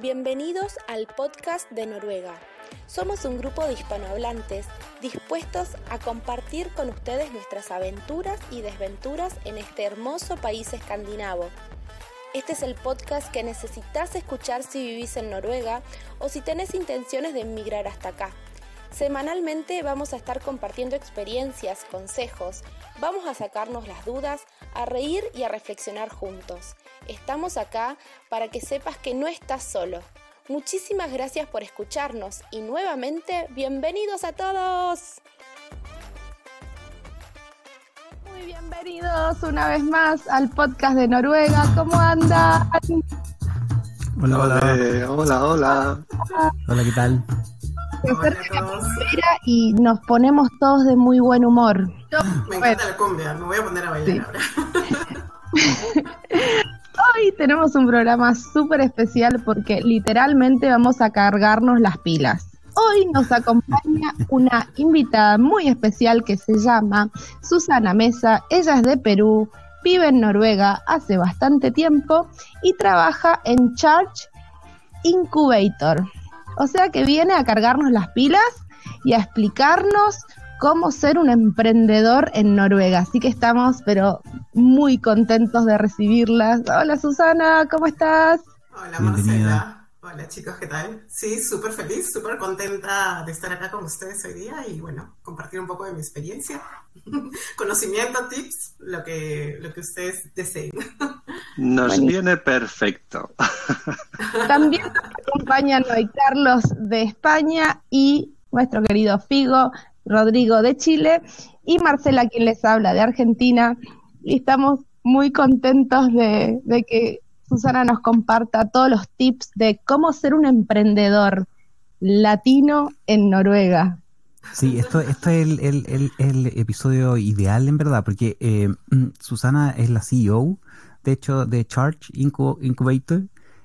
Bienvenidos al podcast de Noruega. Somos un grupo de hispanohablantes dispuestos a compartir con ustedes nuestras aventuras y desventuras en este hermoso país escandinavo. Este es el podcast que necesitas escuchar si vivís en Noruega o si tenés intenciones de emigrar hasta acá. Semanalmente vamos a estar compartiendo experiencias, consejos, vamos a sacarnos las dudas, a reír y a reflexionar juntos. Estamos acá para que sepas que no estás solo. Muchísimas gracias por escucharnos y nuevamente, ¡bienvenidos a todos! Muy bienvenidos una vez más al podcast de Noruega. ¿Cómo andan? Hola, ¿qué tal? Se acerca la primavera y nos ponemos todos de muy buen humor. Me encanta la cumbia, me voy a poner a bailar ahora. Hoy tenemos un programa súper especial porque literalmente vamos a cargarnos las pilas. Hoy nos acompaña una invitada muy especial que se llama Susana Mesa. Ella es de Perú, vive en Noruega hace bastante tiempo y trabaja en Charge Incubator. O sea que viene a cargarnos las pilas y a explicarnos cómo ser un emprendedor en Noruega. Así que estamos, pero muy contentos de recibirlas. Hola Susana, ¿cómo estás? Hola Marcela. Hola chicos, ¿qué tal? Sí, súper feliz, súper contenta de estar acá con ustedes hoy día y bueno, compartir un poco de mi experiencia, conocimiento, tips, lo que ustedes deseen. Nos viene perfecto. También nos acompañan hoy Carlos de España y nuestro querido Figo, Rodrigo de Chile y Marcela, quien les habla, de Argentina. Y estamos muy contentos de que Susana nos comparta todos los tips de cómo ser un emprendedor latino en Noruega. Sí, esto es el episodio ideal en verdad, porque Susana es la CEO, de hecho, de Charge Incubator,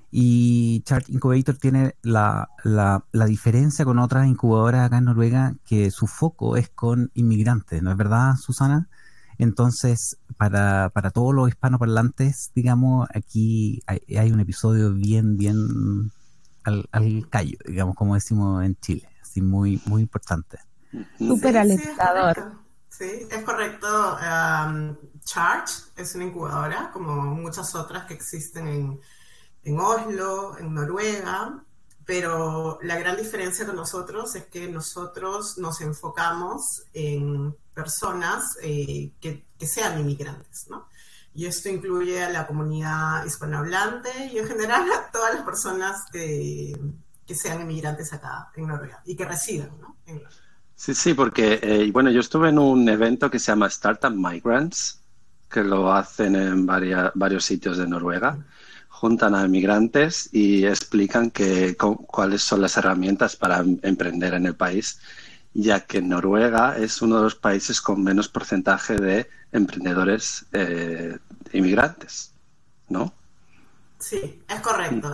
y Charge Incubator tiene la diferencia con otras incubadoras acá en Noruega, que su foco es con inmigrantes, ¿no es verdad, Susana? Entonces, para todos los hispanoparlantes, digamos, aquí hay un episodio bien al callo, digamos, como decimos en Chile, así muy importante. Súper alentador. Sí, es correcto. Charge es una incubadora, como muchas otras que existen en Oslo, en Noruega, pero la gran diferencia con nosotros es que nosotros nos enfocamos en personas que sean inmigrantes, ¿no? Y esto incluye a la comunidad hispanohablante y en general a todas las personas que sean inmigrantes acá en Noruega y que residan, ¿no? Sí, porque yo estuve en un evento que se llama Startup Migrants, que lo hacen en varios sitios de Noruega. Juntan a inmigrantes y explican cuáles son las herramientas para emprender en el país, ya que Noruega es uno de los países con menos porcentaje de emprendedores inmigrantes, ¿no? Sí, es correcto.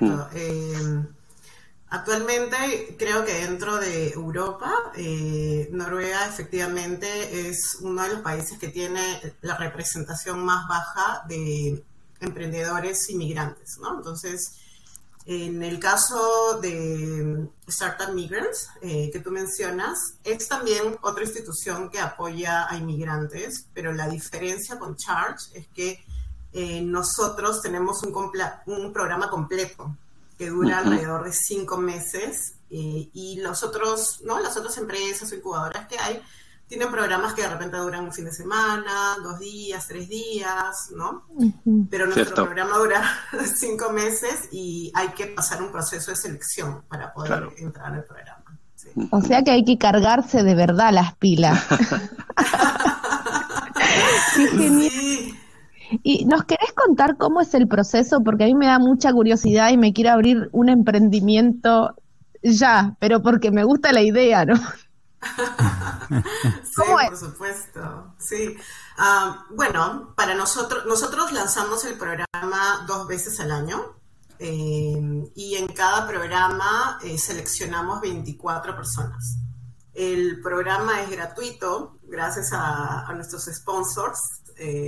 Actualmente creo que dentro de Europa, Noruega efectivamente es uno de los países que tiene la representación más baja de emprendedores inmigrantes, ¿no? Entonces, en el caso de Startup Migrants, que tú mencionas, es también otra institución que apoya a inmigrantes, pero la diferencia con Charge es que nosotros tenemos un programa completo que dura alrededor de 5 meses y las otras empresas o incubadoras que hay tienen programas que de repente duran un fin de semana, 2 días, 3 días, ¿no? Pero nuestro programa dura 5 meses y hay que pasar un proceso de selección para poder entrar al programa. Sí. O sea que hay que cargarse de verdad las pilas. ¡Qué genial! Sí. ¿Y nos querés contar cómo es el proceso? Porque a mí me da mucha curiosidad y me quiero abrir un emprendimiento ya, pero porque me gusta la idea, ¿no? Sí, por supuesto. Sí. Bueno, para nosotros lanzamos el programa 2 veces al año y en cada programa seleccionamos 24 personas. El programa es gratuito gracias a nuestros sponsors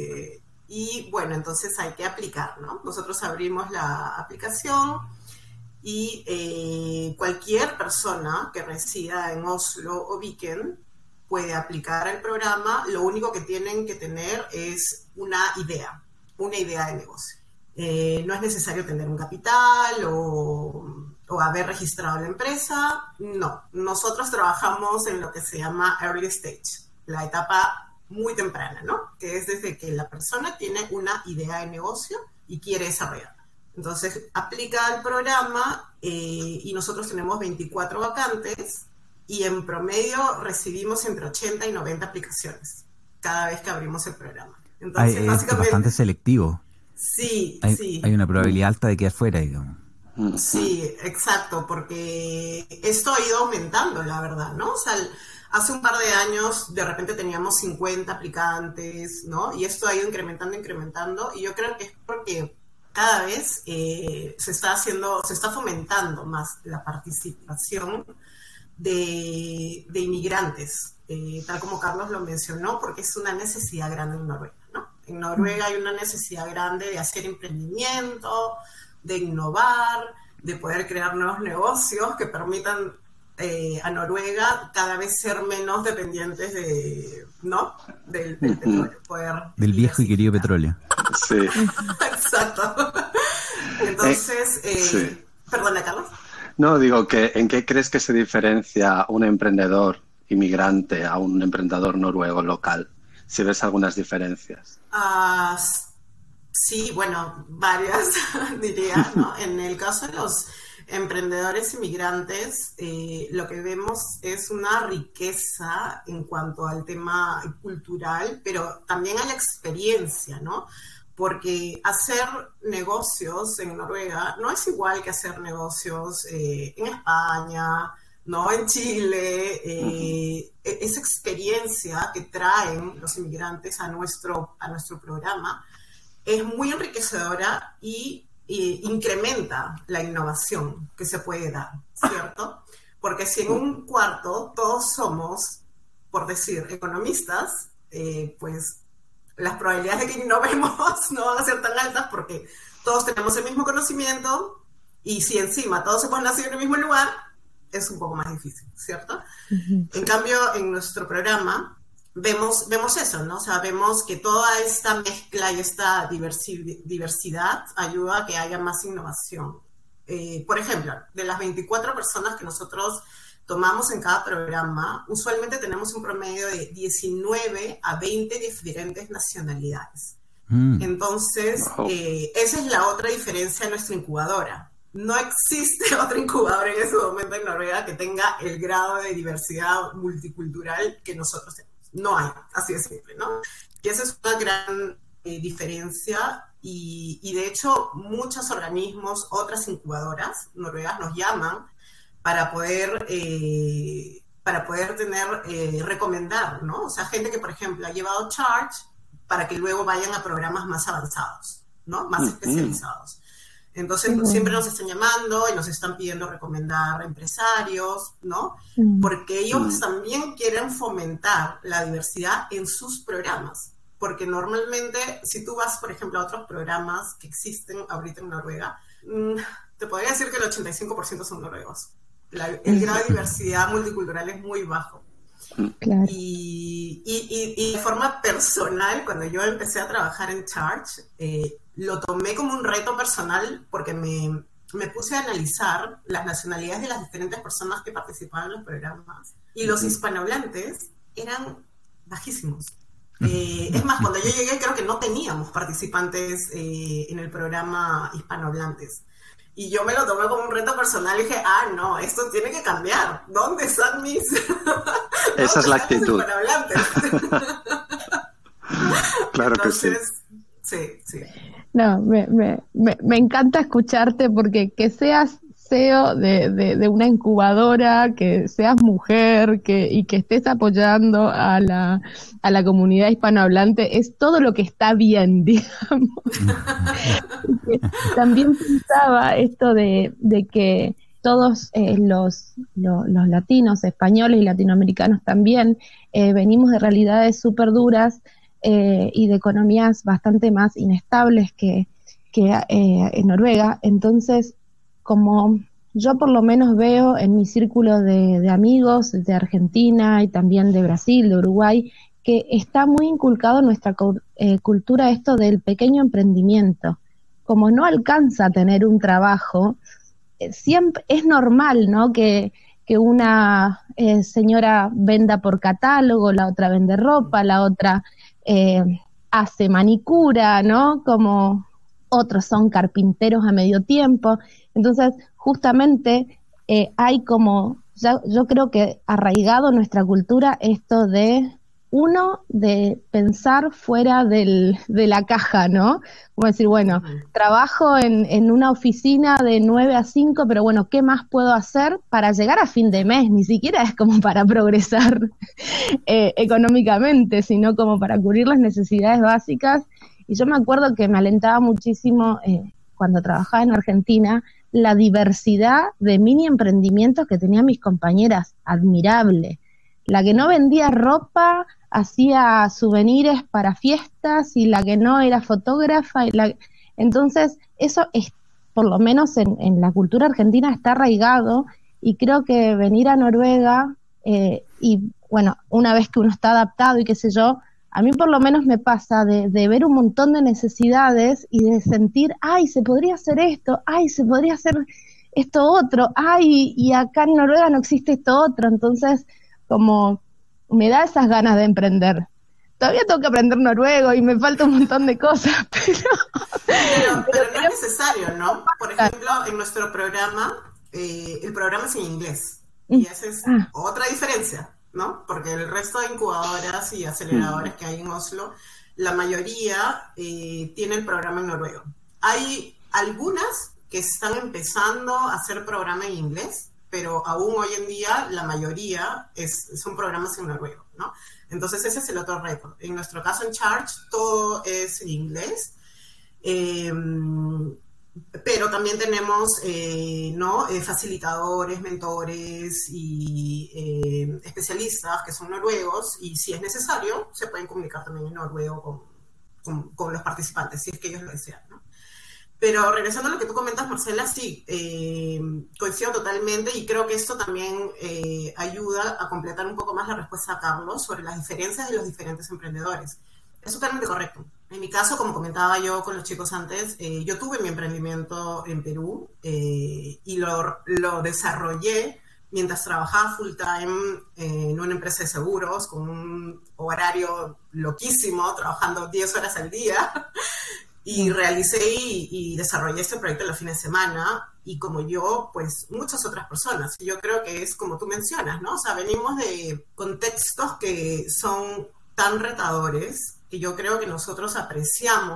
y bueno, entonces hay que aplicar, ¿no? Nosotros abrimos la aplicación y cualquier persona que resida en Oslo o Viken puede aplicar el programa. Lo único que tienen que tener es una idea de negocio. No es necesario tener un capital o haber registrado la empresa. No, nosotros trabajamos en lo que se llama early stage, la etapa muy temprana, ¿no? Que es desde que la persona tiene una idea de negocio y quiere desarrollarla. Entonces, aplica el programa y nosotros tenemos 24 vacantes y en promedio recibimos entre 80 y 90 aplicaciones cada vez que abrimos el programa. Entonces, es bastante selectivo. Sí, sí. Hay una probabilidad alta de quedar fuera, digamos. Sí, exacto, porque esto ha ido aumentando, la verdad, ¿no? O sea, hace un par de años de repente teníamos 50 aplicantes, ¿no? Y esto ha ido incrementando, y yo creo que es porque cada vez se está fomentando más la participación de inmigrantes, tal como Carlos lo mencionó, porque es una necesidad grande en Noruega, ¿no? En Noruega hay una necesidad grande de hacer emprendimiento, de innovar, de poder crear nuevos negocios que permitan a Noruega cada vez ser menos dependientes del petróleo. Del viejo y querido petróleo. Sí. Exacto. Entonces, sí. Perdona, Carlos. No, digo que ¿en qué crees que se diferencia un emprendedor inmigrante a un emprendedor noruego local? Si ves algunas diferencias. Sí, bueno, varias diría, ¿no? En el caso de los emprendedores inmigrantes, lo que vemos es una riqueza en cuanto al tema cultural, pero también a la experiencia, ¿no? Porque hacer negocios en Noruega no es igual que hacer negocios en España, ¿no? En Chile. Esa experiencia que traen los inmigrantes a nuestro programa es muy enriquecedora y incrementa la innovación que se puede dar, ¿cierto? Porque si en un cuarto todos somos, por decir, economistas, pues las probabilidades de que innovemos no van a ser tan altas porque todos tenemos el mismo conocimiento, y si encima todos hemos nacido en el mismo lugar, es un poco más difícil, ¿cierto? En cambio, en nuestro programa vemos eso, ¿no? O sea, vemos que toda esta mezcla y esta diversidad ayuda a que haya más innovación. Por ejemplo, de las 24 personas que nosotros tomamos en cada programa, usualmente tenemos un promedio de 19 a 20 diferentes nacionalidades. Entonces, esa es la otra diferencia de nuestra incubadora. No existe otra incubadora en ese momento en Noruega que tenga el grado de diversidad multicultural que nosotros tenemos. No hay, así de simple, ¿no? Y esa es una gran diferencia, y de hecho muchos organismos, otras incubadoras noruegas nos llaman para poder recomendar, ¿no? O sea, gente que, por ejemplo, ha llevado Charge para que luego vayan a programas más avanzados, ¿no? Más especializados. Entonces siempre nos están llamando y nos están pidiendo recomendar empresarios, ¿no? Porque ellos también quieren fomentar la diversidad en sus programas. Porque normalmente, si tú vas, por ejemplo, a otros programas que existen ahorita en Noruega, te podría decir que el 85% son noruegos. El grado de diversidad multicultural es muy bajo. Claro. Y de forma personal, cuando yo empecé a trabajar en Charge, lo tomé como un reto personal porque me puse a analizar las nacionalidades de las diferentes personas que participaban en los programas, y los hispanohablantes eran bajísimos. Es más, cuando yo llegué creo que no teníamos participantes en el programa hispanohablantes. Y yo me lo tomé como un reto personal y dije, no, esto tiene que cambiar. ¿Dónde están mis...? Esa es la actitud. Claro. Entonces, que sí. Sí. No, me encanta escucharte, porque que seas CEO de una incubadora, que seas mujer, y que estés apoyando a la comunidad hispanohablante, es todo lo que está bien, digamos. También pensaba esto de que todos los latinos, españoles y latinoamericanos también, venimos de realidades súper duras y de economías bastante más inestables que en Noruega. Entonces, como yo por lo menos veo en mi círculo de amigos de Argentina y también de Brasil, de Uruguay, que está muy inculcado en nuestra cultura esto del pequeño emprendimiento. Como no alcanza a tener un trabajo, siempre es normal, ¿no? Que una señora venda por catálogo, la otra vende ropa, la otra hace manicura, ¿no? Como otros son carpinteros a medio tiempo. Entonces, justamente hay como, yo creo que arraigado en nuestra cultura esto de pensar fuera de la caja, ¿no? Como decir, bueno, trabajo en una oficina de 9 a 5, pero bueno, ¿qué más puedo hacer para llegar a fin de mes? Ni siquiera es como para progresar económicamente, sino como para cubrir las necesidades básicas. Y yo me acuerdo que me alentaba muchísimo cuando trabajaba en Argentina la diversidad de mini emprendimientos que tenían mis compañeras, admirable. La que no vendía ropa hacía souvenirs para fiestas y la que no era fotógrafa. Entonces, eso es, por lo menos en la cultura argentina está arraigado, y creo que venir a Noruega y bueno, una vez que uno está adaptado y qué sé yo, a mí por lo menos me pasa de ver un montón de necesidades y de sentir, ay, se podría hacer esto, ay, se podría hacer esto otro, ay, y acá en Noruega no existe esto otro. Entonces, como me da esas ganas de emprender. Todavía tengo que aprender noruego y me falta un montón de cosas, pero no es necesario, ¿no? Por ejemplo, en nuestro programa, el programa es en inglés, y esa es otra diferencia, ¿no? Porque el resto de incubadoras y aceleradores que hay en Oslo, la mayoría tiene el programa en noruego. Hay algunas que están empezando a hacer programa en inglés, pero aún hoy en día la mayoría son programas en noruego, ¿no? Entonces ese es el otro reto. En nuestro caso en Charge todo es en inglés, pero también tenemos facilitadores, mentores y especialistas que son noruegos, y si es necesario se pueden comunicar también en noruego con los participantes, si es que ellos lo desean, ¿no? Pero regresando a lo que tú comentas, Marcela, sí, coincido totalmente, y creo que esto también ayuda a completar un poco más la respuesta a Carlos sobre las diferencias de los diferentes emprendedores. Es totalmente correcto. En mi caso, como comentaba yo con los chicos antes, yo tuve mi emprendimiento en Perú y lo desarrollé mientras trabajaba full time en una empresa de seguros con un horario loquísimo, trabajando 10 horas al día. Y realicé y desarrollé este proyecto los fines de semana, y como yo, pues muchas otras personas. Yo creo que es como tú mencionas, ¿no? O sea, venimos de contextos que son tan retadores que yo creo que nosotros apreciamos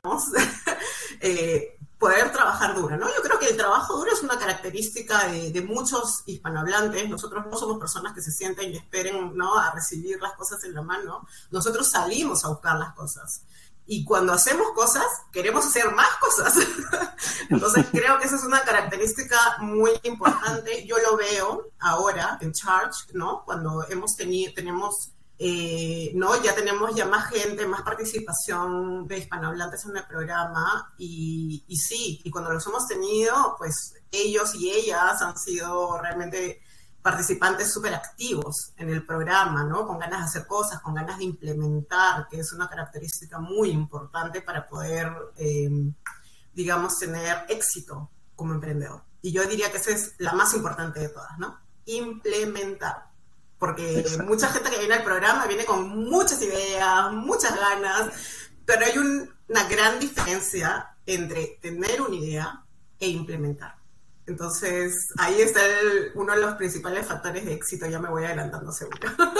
poder trabajar duro, ¿no? Yo creo que el trabajo duro es una característica de muchos hispanohablantes. Nosotros no somos personas que se sienten y esperen, ¿no?, a recibir las cosas en la mano. Nosotros salimos a buscar las cosas. Y cuando hacemos cosas, queremos hacer más cosas. Entonces creo que esa es una característica muy importante. Yo lo veo ahora en Charge, ¿no? Cuando tenemos ya tenemos ya más gente, más participación de hispanohablantes en el programa, y sí, y cuando los hemos tenido, pues ellos y ellas han sido realmente participantes súper activos en el programa, ¿no? Con ganas de hacer cosas, con ganas de implementar, que es una característica muy importante para poder, digamos, tener éxito como emprendedor. Y yo diría que esa es la más importante de todas, ¿no? Implementar. Porque mucha gente que viene al programa viene con muchas ideas, muchas ganas, pero hay una gran diferencia entre tener una idea e implementar. Entonces, ahí está uno de los principales factores de éxito. Ya me voy adelantando seguro.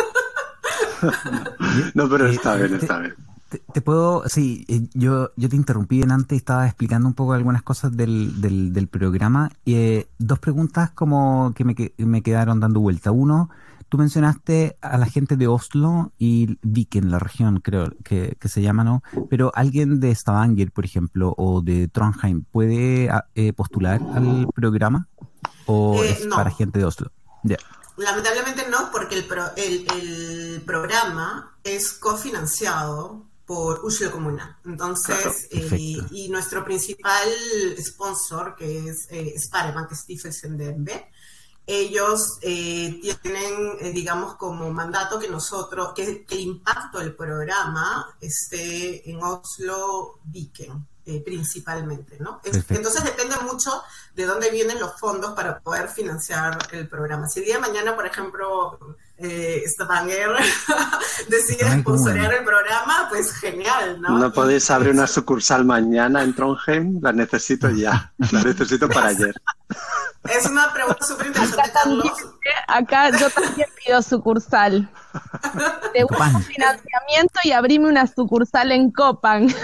No, pero está bien. Te puedo, sí, yo te interrumpí antes, estaba explicando un poco algunas cosas del programa. Dos preguntas como que me quedaron dando vuelta. Uno, tú mencionaste a la gente de Oslo y Viken, la región, creo que se llama, ¿no? Pero alguien de Stavanger, por ejemplo, o de Trondheim, ¿puede postular al programa? ¿O es no. para gente de Oslo? Yeah. Lamentablemente no, porque el programa es cofinanciado por Oslo Comuna. Entonces, y nuestro principal sponsor, que es Sparebank Stiftelsen DNB, ellos tienen, digamos, como mandato que que el impacto del programa esté en Oslo Viken, principalmente, ¿no? Entonces depende mucho de dónde vienen los fondos para poder financiar el programa. Si el día de mañana, por ejemplo, Stavanger decide sponsorear el programa, pues genial, ¿no? ¿No podéis abrir una sucursal mañana en Trondheim? La necesito ya, la necesito para ayer. Es una pregunta súper interesante, Carlos. Acá yo también pido sucursal. Te busco financiamiento y abrime una sucursal en Copán.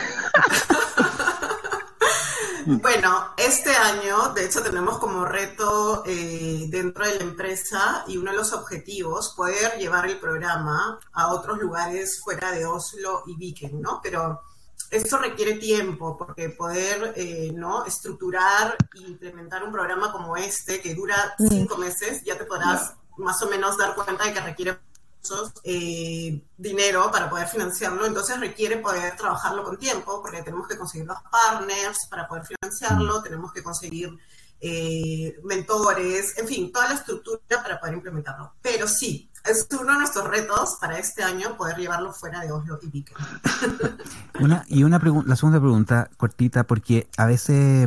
Bueno, este año, de hecho, tenemos como reto dentro de la empresa y uno de los objetivos poder llevar el programa a otros lugares fuera de Oslo y Viken, ¿no? Pero esto requiere tiempo, porque poder ¿no? estructurar e implementar un programa como este, que dura 5 meses, ya te podrás más o menos dar cuenta de que requiere dinero para poder financiarlo. Entonces requiere poder trabajarlo con tiempo, porque tenemos que conseguir los partners para poder financiarlo, tenemos que conseguir mentores, en fin, toda la estructura para poder implementarlo. Pero sí, es uno de nuestros retos para este año poder llevarlo fuera de Oslo y Viken. La segunda pregunta, cortita, porque a veces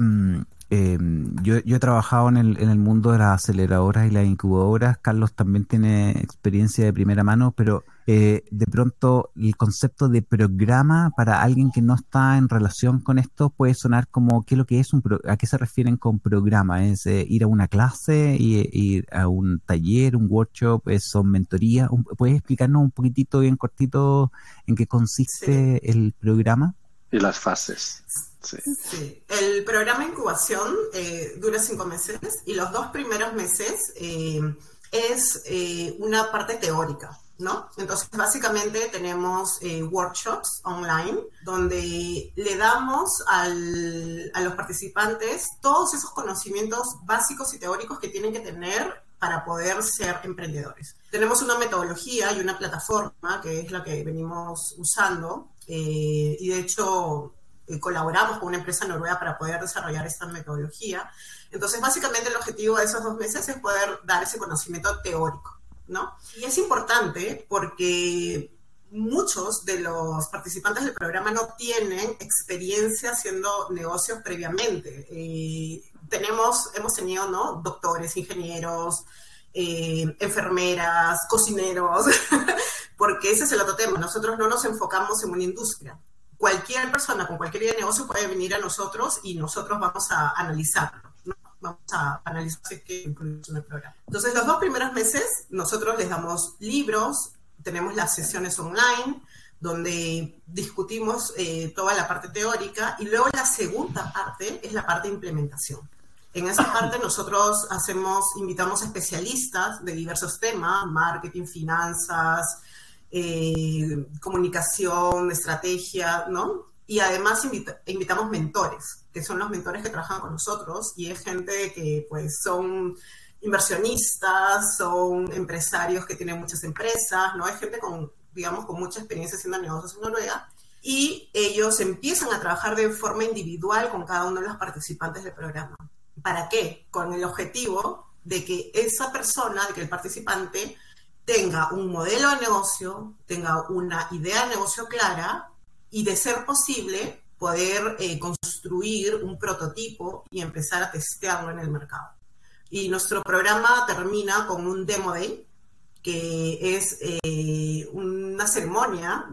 yo he trabajado en el mundo de las aceleradoras y las incubadoras. Carlos también tiene experiencia de primera mano, pero de pronto el concepto de programa para alguien que no está en relación con esto puede sonar como ¿qué es lo que es a qué se refieren con programa? ¿Es ir a una clase, ir a un taller, un workshop, son mentorías? ¿Puedes explicarnos un poquitito bien cortito en qué consiste el programa? Y las fases. Sí. El programa de incubación dura 5 meses y los 2 primeros meses es una parte teórica, ¿no? Entonces, básicamente tenemos workshops online donde le damos a los participantes todos esos conocimientos básicos y teóricos que tienen que tener para poder ser emprendedores. Tenemos una metodología y una plataforma que es la que venimos usando y de hecho colaboramos con una empresa noruega para poder desarrollar esta metodología. Entonces, básicamente el objetivo de esos 2 meses es poder dar ese conocimiento teórico, ¿no? Y es importante porque muchos de los participantes del programa no tienen experiencia haciendo negocios previamente. Hemos tenido, ¿no? Doctores, ingenieros, enfermeras, cocineros, porque ese es el otro tema. Nosotros no nos enfocamos en una industria. Cualquier persona con cualquier idea de negocio puede venir a nosotros y nosotros vamos a analizarlo, ¿no? Vamos a analizar si es que incluimos en el programa. Entonces, los 2 primeros meses nosotros les damos libros, tenemos las sesiones online donde discutimos toda la parte teórica y luego la segunda parte es la parte de implementación. En esa parte nosotros invitamos a especialistas de diversos temas, marketing, finanzas, comunicación, estrategia, ¿no? Y además invitamos mentores, que son los mentores que trabajan con nosotros, y es gente que pues son inversionistas, son empresarios que tienen muchas empresas, ¿no? Es gente con mucha experiencia haciendo negocios en Noruega, y ellos empiezan a trabajar de forma individual con cada uno de los participantes del programa. ¿Para qué? Con el objetivo de que esa persona, de que el participante tenga un modelo de negocio, tenga una idea de negocio clara y, de ser posible, poder construir un prototipo y empezar a testearlo en el mercado. Y nuestro programa termina con un Demo Day, que es una ceremonia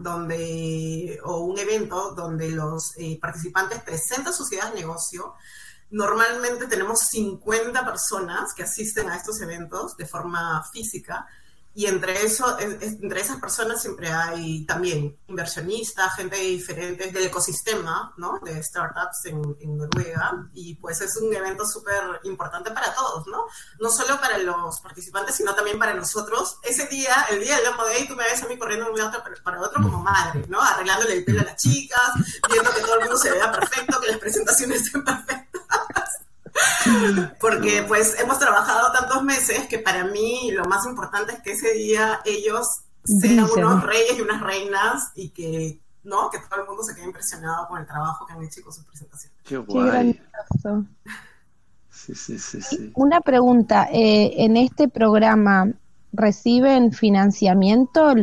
o un evento donde los participantes presentan sus ideas de negocio. Normalmente tenemos 50 personas que asisten a estos eventos de forma física, y entre esas personas siempre hay también inversionistas, gente diferente del ecosistema, ¿no? De startups en Noruega, y pues es un evento súper importante para todos, ¿no? No solo para los participantes, sino también para nosotros. Ese día, el día del Demo Day, tú me ves a mí corriendo de un lado para otro como madre, ¿no? Arreglándole el pelo a las chicas, viendo que todo el mundo se vea perfecto, que las presentaciones estén perfectas. Porque pues hemos trabajado tantos meses que para mí lo más importante es que ese día ellos sean unos reyes y unas reinas y que ¿no? Que todo el mundo se quede impresionado con el trabajo que han hecho y con su presentación. Qué Qué guay. grandioso. Sí. Una pregunta, ¿en este programa reciben financiamiento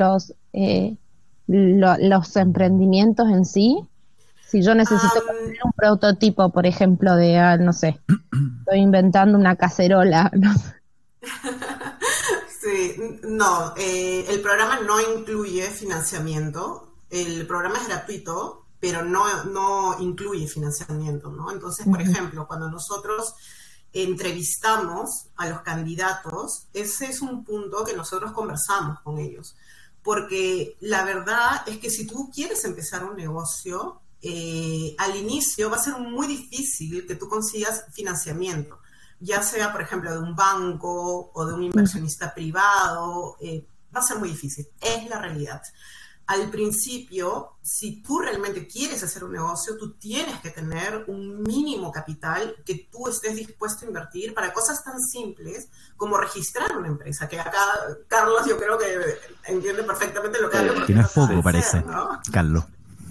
los emprendimientos en sí? Si yo necesito construir un prototipo, por ejemplo, no sé, estoy inventando una cacerola, no sé. Sí, no, el programa no incluye financiamiento, el programa es gratuito, pero no incluye financiamiento, ¿no? Entonces, por ejemplo, cuando nosotros entrevistamos a los candidatos, ese es un punto que nosotros conversamos con ellos, porque la verdad es que si tú quieres empezar un negocio, al inicio va a ser muy difícil que tú consigas financiamiento, ya sea, por ejemplo, de un banco o de un inversionista privado, va a ser muy difícil, es la realidad. Al principio, si tú realmente quieres hacer un negocio, tú tienes que tener un mínimo capital que tú estés dispuesto a invertir para cosas tan simples como registrar una empresa, que acá Carlos yo creo que entiende perfectamente lo que hablo. Que no es poco, parece, ¿no? Carlos.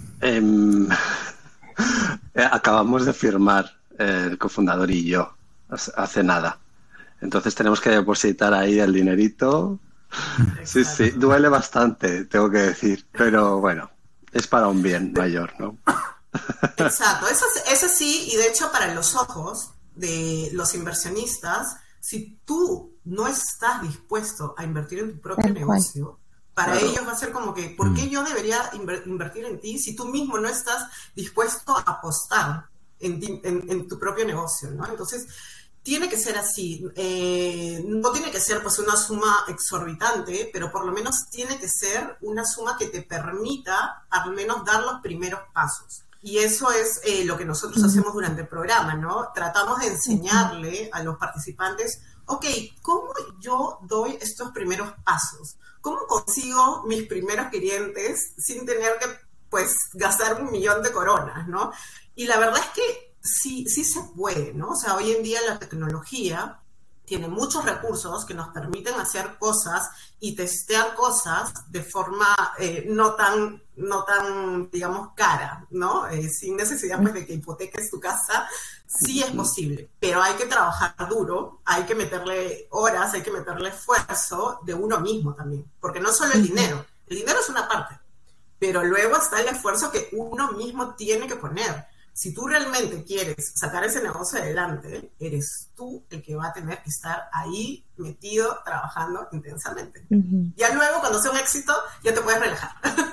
Acabamos de firmar el cofundador y yo hace nada. Entonces tenemos que depositar ahí el dinerito. Sí, duele bastante, tengo que decir, pero bueno, es para un bien mayor, ¿no? Exacto, eso sí, y de hecho para los ojos de los inversionistas, si tú no estás dispuesto a invertir en tu propio negocio, para ellos va a ser como que, ¿por qué yo debería invertir en ti si tú mismo no estás dispuesto a apostar en tu propio negocio, ¿no? Entonces, tiene que ser así, no tiene que ser pues una suma exorbitante, pero por lo menos tiene que ser una suma que te permita al menos dar los primeros pasos. Y eso es lo que nosotros hacemos durante el programa, ¿no? Tratamos de enseñarle a los participantes, ok, ¿cómo yo doy estos primeros pasos? ¿Cómo consigo mis primeros clientes sin tener que pues gastar 1.000.000 de coronas, ¿no? Y la verdad es que sí se puede, ¿no? O sea, hoy en día la tecnología tiene muchos recursos que nos permiten hacer cosas y testear cosas de forma no tan, digamos, cara, ¿no? Sin necesidad pues, de que hipoteques tu casa, sí es posible, pero hay que trabajar duro, hay que meterle horas, hay que meterle esfuerzo de uno mismo también, porque no solo el dinero es una parte, pero luego está el esfuerzo que uno mismo tiene que poner. Si tú realmente quieres sacar ese negocio adelante, eres tú el que va a tener que estar ahí metido, trabajando intensamente. Ya luego, cuando sea un éxito, ya te puedes relajar.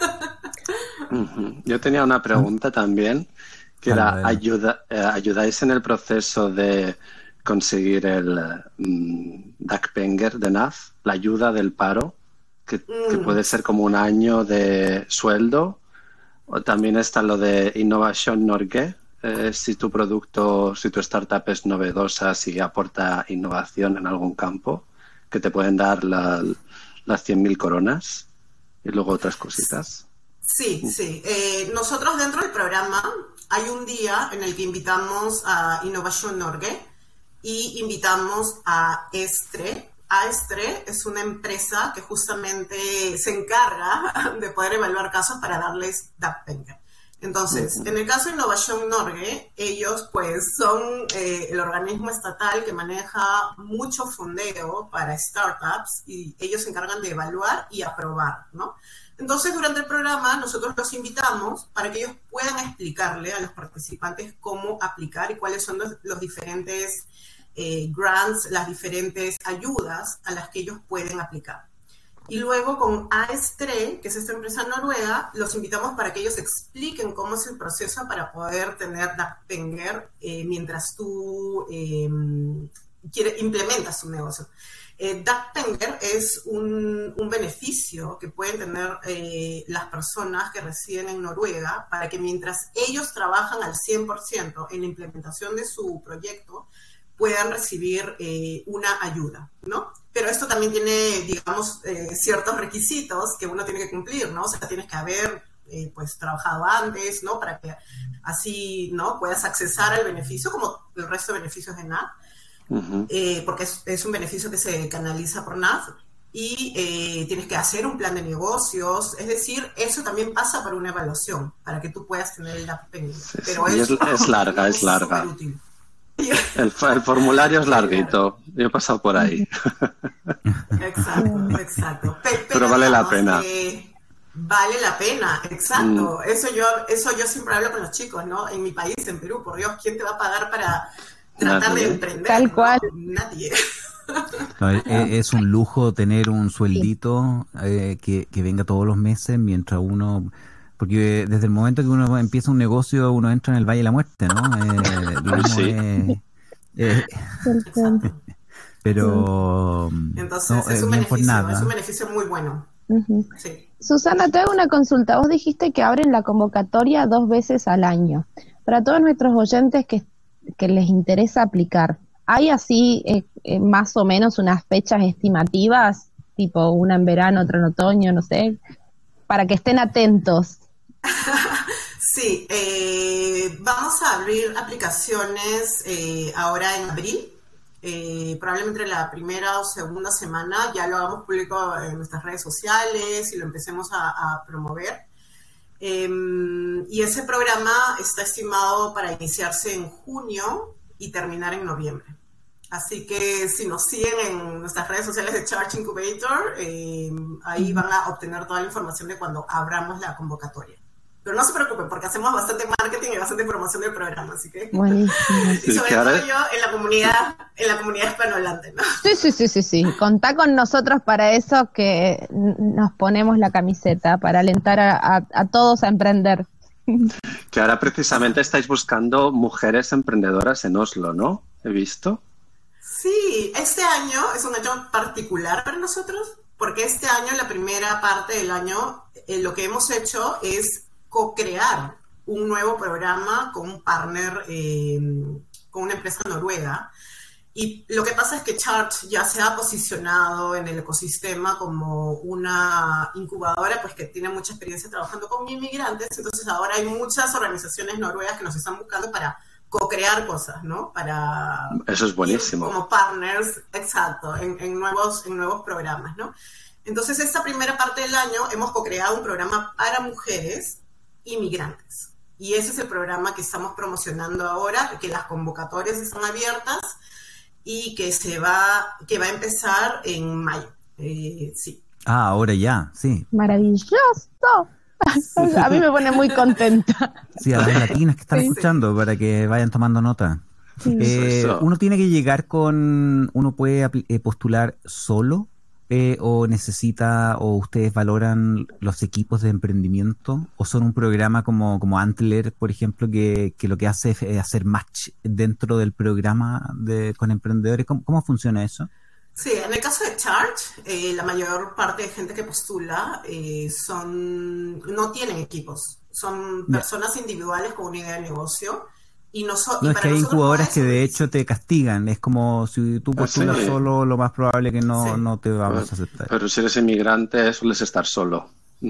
Yo tenía una pregunta también, que era, ¿ayudáis en el proceso de conseguir el Dakpenger de NAF, la ayuda del paro, que puede ser como un año de sueldo? O también está lo de Innovation Norge, si tu startup es novedosa, si aporta innovación en algún campo, que te pueden dar las 100.000 coronas y luego otras cositas. Sí. Nosotros dentro del programa hay un día en el que invitamos a Innovation Norge y invitamos a Estre. Estre es una empresa que justamente se encarga de poder evaluar casos para darles Dakpenger. Entonces, en el caso de Innovation Norge, ellos pues son el organismo estatal que maneja mucho fondeo para startups y ellos se encargan de evaluar y aprobar, ¿no? Entonces, durante el programa, nosotros los invitamos para que ellos puedan explicarle a los participantes cómo aplicar y cuáles son los diferentes grants, las diferentes ayudas a las que ellos pueden aplicar. Y luego con Estre, que es esta empresa noruega, los invitamos para que ellos expliquen cómo es el proceso para poder tener Dakpenger mientras tú implementas tu negocio. Dakpenger es un beneficio que pueden tener las personas que residen en Noruega para que mientras ellos trabajan al 100% en la implementación de su proyecto, puedan recibir una ayuda, ¿no? Pero esto también tiene, digamos, ciertos requisitos que uno tiene que cumplir, ¿no? O sea, tienes que haber, pues, trabajado antes, ¿no? Para que así, ¿no? Puedas accesar al beneficio como el resto de beneficios de NAF, porque es un beneficio que se canaliza por NAF. y tienes que hacer un plan de negocios, es decir, eso también pasa por una evaluación, para que tú puedas tener el APP. Pero es larga, es larga. Superútil. El formulario es larguito, yo he pasado por ahí. Exacto. Pero vale la pena. Vale la pena, exacto. Eso yo siempre hablo con los chicos, ¿no? En mi país, en Perú, por Dios, ¿quién te va a pagar para tratar de emprender? Tal cual. Nadie. No, es un lujo tener un sueldito que venga todos los meses mientras uno... Porque desde el momento que uno empieza un negocio, uno entra en el Valle de la Muerte, ¿no? Pero... Entonces no, es un beneficio muy bueno. Uh-huh. Sí. Susana, te hago una consulta. Vos dijiste que abren la convocatoria 2 veces al año. Para todos nuestros oyentes que les interesa aplicar, ¿hay así más o menos unas fechas estimativas? Tipo una en verano, otra en otoño, no sé, para que estén atentos. Sí, vamos a abrir aplicaciones ahora en abril. Probablemente la primera o segunda semana ya lo hagamos público en nuestras redes sociales y lo empecemos a promover. Y ese programa está estimado para iniciarse en junio y terminar en noviembre. Así que si nos siguen en nuestras redes sociales de Charge Incubator, ahí van a obtener toda la información de cuando abramos la convocatoria. Pero no se preocupen, porque hacemos bastante marketing y bastante promoción del programa, así que... Buenísimo. Y sobre todo yo en la comunidad hispanohablante, ¿no? Sí. Contá con nosotros para eso, que nos ponemos la camiseta, para alentar a todos a emprender. Que ahora precisamente estáis buscando mujeres emprendedoras en Oslo, ¿no? He visto. Sí, este año es un año particular para nosotros, porque este año, la primera parte del año, lo que hemos hecho es co-crear un nuevo programa con un partner, con una empresa noruega. Y lo que pasa es que Charge ya se ha posicionado en el ecosistema como una incubadora, pues que tiene mucha experiencia trabajando con inmigrantes. Entonces ahora hay muchas organizaciones noruegas que nos están buscando para co-crear cosas, ¿no? Para eso es buenísimo. Como partners, exacto, en nuevos programas, ¿no? Entonces, esta primera parte del año hemos co-creado un programa para mujeres inmigrantes. Y ese es el programa que estamos promocionando ahora, que las convocatorias están abiertas y que va a empezar en mayo. Sí. Ah, ahora ya, sí. ¡Maravilloso! A mí me pone muy contenta. Sí, a las latinas que están escuchando, para que vayan tomando nota. Uno tiene que llegar uno puede postular solo, o necesita, o ustedes valoran los equipos de emprendimiento, o son un programa como Antler, por ejemplo, que lo que hace es hacer match dentro del programa con emprendedores. ¿Cómo funciona eso? Sí, en el caso de Charge, la mayor parte de gente que postula no tienen equipos, son personas individuales con una idea de negocio. No, es que hay incubadoras que de hecho te castigan, es como si tú postulas solo, lo más probable que no te vamos a aceptar. Pero si eres inmigrante sueles estar solo.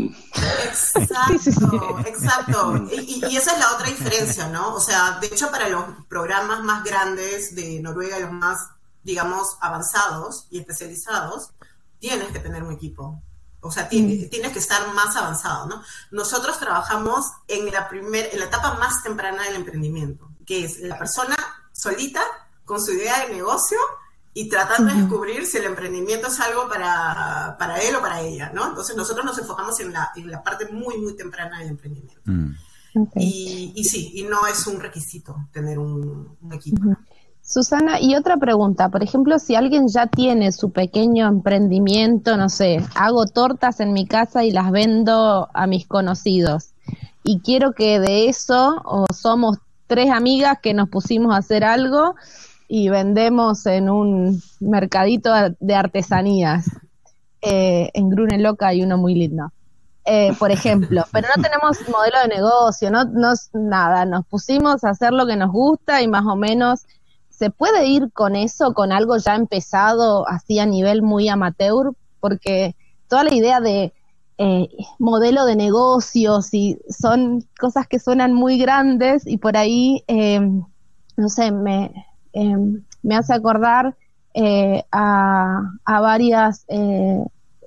Exacto. Y esa es la otra diferencia, ¿no? O sea, de hecho para los programas más grandes de Noruega, los más, digamos, avanzados y especializados, tienes que tener un equipo. O sea, tienes que estar más avanzado, ¿no? Nosotros trabajamos en la etapa más temprana del emprendimiento, que es la persona solita, con su idea de negocio, y tratando de descubrir si el emprendimiento es algo para él o para ella, ¿no? Entonces nosotros nos enfocamos en la parte muy, muy temprana del emprendimiento. Okay. Y no es un requisito tener un equipo. Susana, y otra pregunta, por ejemplo, si alguien ya tiene su pequeño emprendimiento, no sé, hago tortas en mi casa y las vendo a mis conocidos, y quiero que de eso, o somos 3 amigas que nos pusimos a hacer algo y vendemos en un mercadito de artesanías, en Gruneloca hay uno muy lindo, por ejemplo, pero no tenemos modelo de negocio, nada, nos pusimos a hacer lo que nos gusta y más o menos... ¿Se puede ir con eso, con algo ya empezado, así a nivel muy amateur? Porque toda la idea de modelo de negocios y son cosas que suenan muy grandes y por ahí, no sé, me hace acordar a varias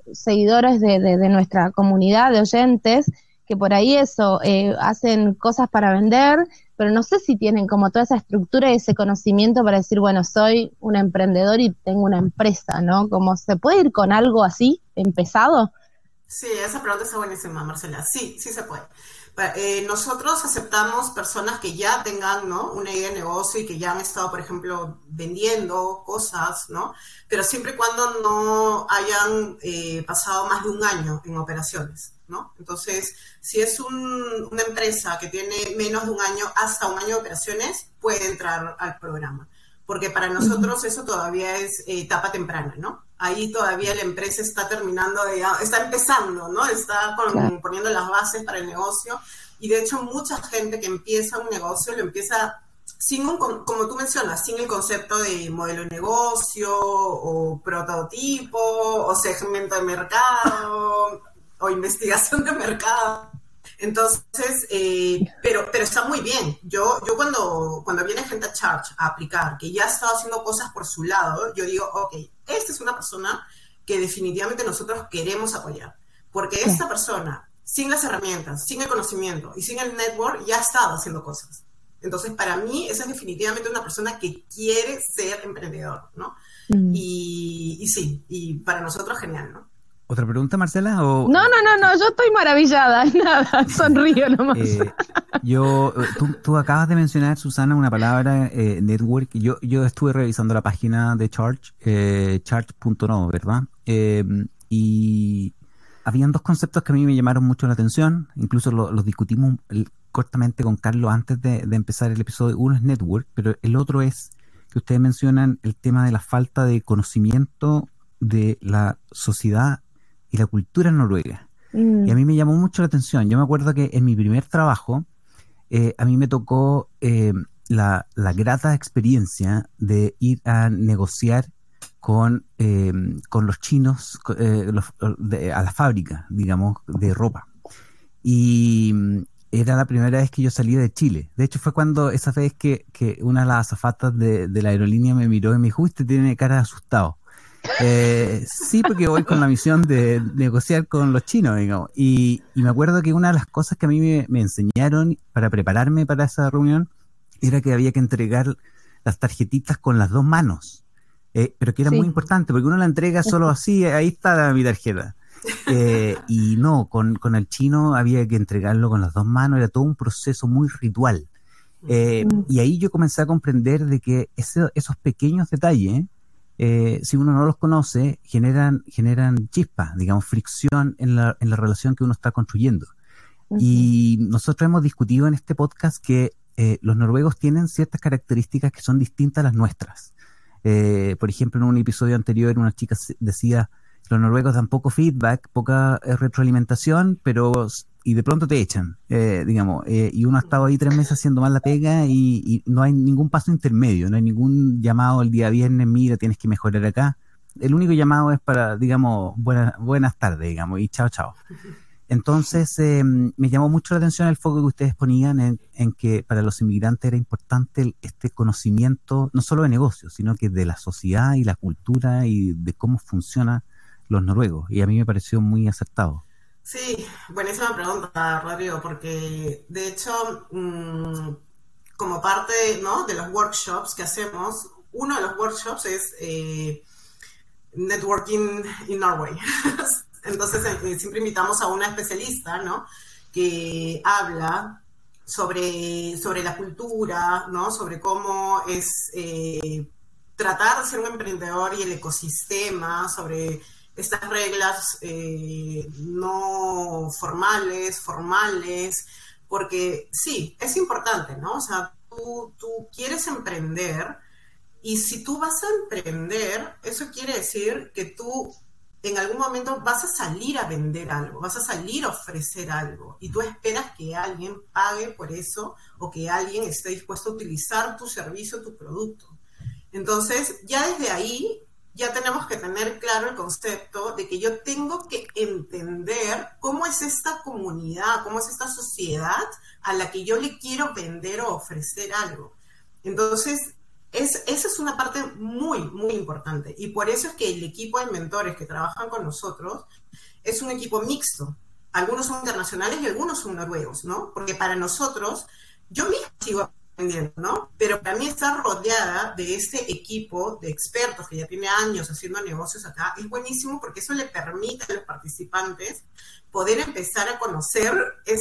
seguidores de nuestra comunidad de oyentes, que por ahí hacen cosas para vender, pero no sé si tienen como toda esa estructura y ese conocimiento para decir, bueno, soy un emprendedor y tengo una empresa, ¿no? Como se puede ir con algo así, empezado. Sí, esa pregunta está buenísima, Marcela. Sí, sí se puede. Nosotros aceptamos personas que ya tengan, ¿no?, una idea de negocio y que ya han estado, por ejemplo, vendiendo cosas, ¿no? Pero siempre y cuando no hayan pasado más de un año en operaciones, ¿no? Entonces, si es una empresa que tiene menos de un año, hasta un año de operaciones, puede entrar al programa. Porque para nosotros eso todavía es etapa temprana, ¿no? Ahí todavía la empresa está está empezando, ¿no? Está poniendo las bases para el negocio. Y de hecho mucha gente que empieza un negocio lo empieza como tú mencionas, sin el concepto de modelo de negocio o prototipo o segmento de mercado o investigación de mercado. Entonces, pero está muy bien. Yo cuando viene gente a Charge a aplicar, que ya ha estado haciendo cosas por su lado, yo digo, ok, esta es una persona que definitivamente nosotros queremos apoyar. Porque esta persona, sin las herramientas, sin el conocimiento y sin el network, ya ha estado haciendo cosas. Entonces, para mí, esa es definitivamente una persona que quiere ser emprendedor, ¿no? Y sí, y para nosotros genial, ¿no? ¿Otra pregunta, Marcela? ¿O? No, yo estoy maravillada, nada, sonrío nomás. Tú acabas de mencionar, Susana, una palabra, network. Yo estuve revisando la página de Charge, charge.no, ¿verdad? Y habían dos conceptos que a mí me llamaron mucho la atención, incluso los discutimos cortamente con Carlos antes de empezar el episodio. Uno es network, pero el otro es que ustedes mencionan el tema de la falta de conocimiento de la sociedad y la cultura en Noruega. Y a mí me llamó mucho la atención. Yo me acuerdo que en mi primer trabajo a mí me tocó la grata experiencia de ir a negociar con los chinos a la fábrica, digamos, de ropa. Y era la primera vez que yo salía de Chile. De hecho, fue cuando esa vez que una de las azafatas de la aerolínea me miró y me dijo, usted tiene cara de asustado. Sí, porque voy con la misión de negociar con los chinos, digamos. Y me acuerdo que una de las cosas que a mí me enseñaron para prepararme para esa reunión era que había que entregar las tarjetitas con las dos manos, pero que era muy importante, porque uno la entrega solo así, ahí está mi tarjeta. Y no, con el chino había que entregarlo con las dos manos, era todo un proceso muy ritual. Y ahí yo comencé a comprender de que esos pequeños detalles, si uno no los conoce, generan chispas, digamos, fricción en la relación que uno está construyendo. Y nosotros hemos discutido en este podcast que los noruegos tienen ciertas características que son distintas a las nuestras. Por ejemplo, en un episodio anterior una chica decía, los noruegos dan poco feedback, poca retroalimentación, y de pronto te echan, digamos, y uno ha estado ahí 3 meses haciendo mal la pega y no hay ningún paso intermedio, no hay ningún llamado el día viernes, mira, tienes que mejorar acá. El único llamado es para, digamos, buenas tardes, digamos, y chao. Entonces, me llamó mucho la atención el foco que ustedes ponían en que para los inmigrantes era importante este conocimiento, no solo de negocios, sino que de la sociedad y la cultura y de cómo funcionan los noruegos, y a mí me pareció muy acertado. Sí, buenísima pregunta, Rodrigo, porque de hecho, como parte, ¿no?, de los workshops que hacemos, uno de los workshops es Networking in Norway. Entonces, siempre invitamos a una especialista, ¿no?, que habla sobre la cultura, ¿no?, sobre cómo es tratar de ser un emprendedor y el ecosistema, sobre estas reglas no formales, porque sí, es importante, ¿no? O sea, tú quieres emprender, y si tú vas a emprender, eso quiere decir que tú en algún momento vas a salir a vender algo, vas a salir a ofrecer algo, y tú esperas que alguien pague por eso, o que alguien esté dispuesto a utilizar tu servicio, tu producto. Entonces, ya desde ahí ya tenemos que tener claro el concepto de que yo tengo que entender cómo es esta comunidad, cómo es esta sociedad a la que yo le quiero vender o ofrecer algo. Entonces, Esa es una parte muy, muy importante. Y por eso es que el equipo de mentores que trabajan con nosotros es un equipo mixto. Algunos son internacionales y algunos son noruegos, ¿no? Porque para nosotros, yo mismo sigo aprendiendo, ¿no? Pero para mí estar rodeada de este equipo de expertos que ya tiene años haciendo negocios acá es buenísimo, porque eso le permite a los participantes poder empezar a conocer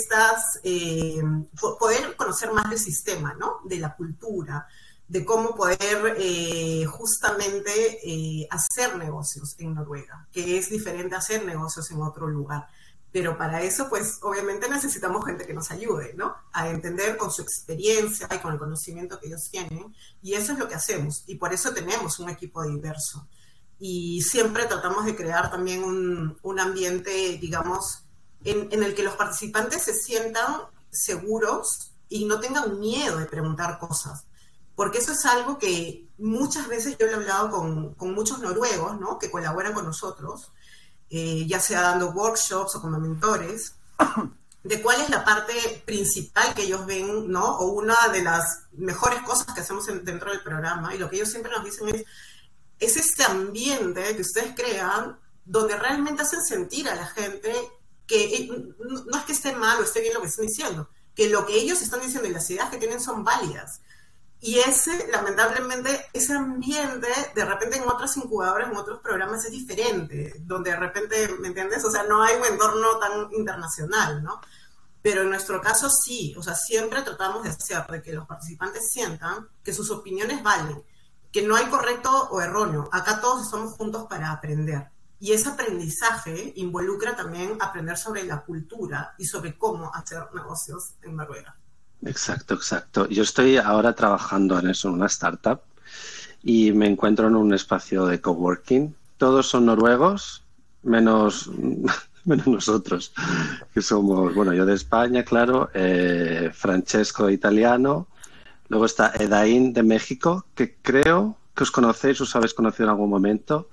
poder conocer más del sistema, ¿no? De la cultura, de cómo poder justamente hacer negocios en Noruega, que es diferente a hacer negocios en otro lugar. Pero para eso, pues, obviamente necesitamos gente que nos ayude, ¿no? A entender con su experiencia y con el conocimiento que ellos tienen. Y eso es lo que hacemos. Y por eso tenemos un equipo diverso. Y siempre tratamos de crear también un ambiente, digamos, en el que los participantes se sientan seguros y no tengan miedo de preguntar cosas. Porque eso es algo que muchas veces yo he hablado con muchos noruegos, ¿no? Que colaboran con nosotros, ya sea dando workshops o como mentores, de cuál es la parte principal que ellos ven, ¿no? O una de las mejores cosas que hacemos dentro del programa, y lo que ellos siempre nos dicen es este ambiente que ustedes crean, donde realmente hacen sentir a la gente que no es que esté mal o esté bien lo que están diciendo, que lo que ellos están diciendo y las ideas que tienen son válidas. Y lamentablemente, ese ambiente, de repente en otras incubadoras, en otros programas es diferente, donde de repente, ¿me entiendes? O sea, no hay un entorno tan internacional, ¿no? Pero en nuestro caso sí, o sea, siempre tratamos de hacer de que los participantes sientan que sus opiniones valen, que no hay correcto o erróneo, acá todos estamos juntos para aprender. Y ese aprendizaje involucra también aprender sobre la cultura y sobre cómo hacer negocios en Noruega. Exacto, exacto. Yo estoy ahora trabajando en eso, en una startup, y me encuentro en un espacio de coworking. Todos son noruegos, menos nosotros, que somos, bueno, yo de España, claro, Francesco de italiano, luego está Edain de México, que creo que os conocéis, os habéis conocido en algún momento.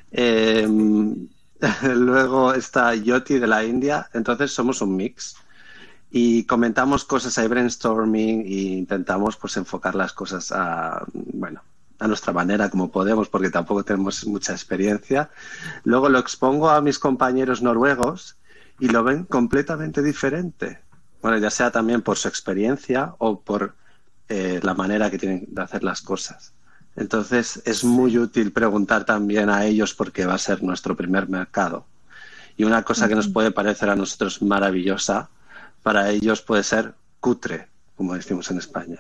Luego está Yoti de la India, entonces somos un mix. Y comentamos cosas, hay brainstorming e intentamos pues enfocar las cosas a nuestra manera como podemos, porque tampoco tenemos mucha experiencia. Luego lo expongo a mis compañeros noruegos y lo ven completamente diferente. Bueno, ya sea también por su experiencia o por la manera que tienen de hacer las cosas. Entonces es muy útil preguntar también a ellos, porque va a ser nuestro primer mercado. Y una cosa que nos puede parecer a nosotros maravillosa, para ellos puede ser cutre, como decimos en España.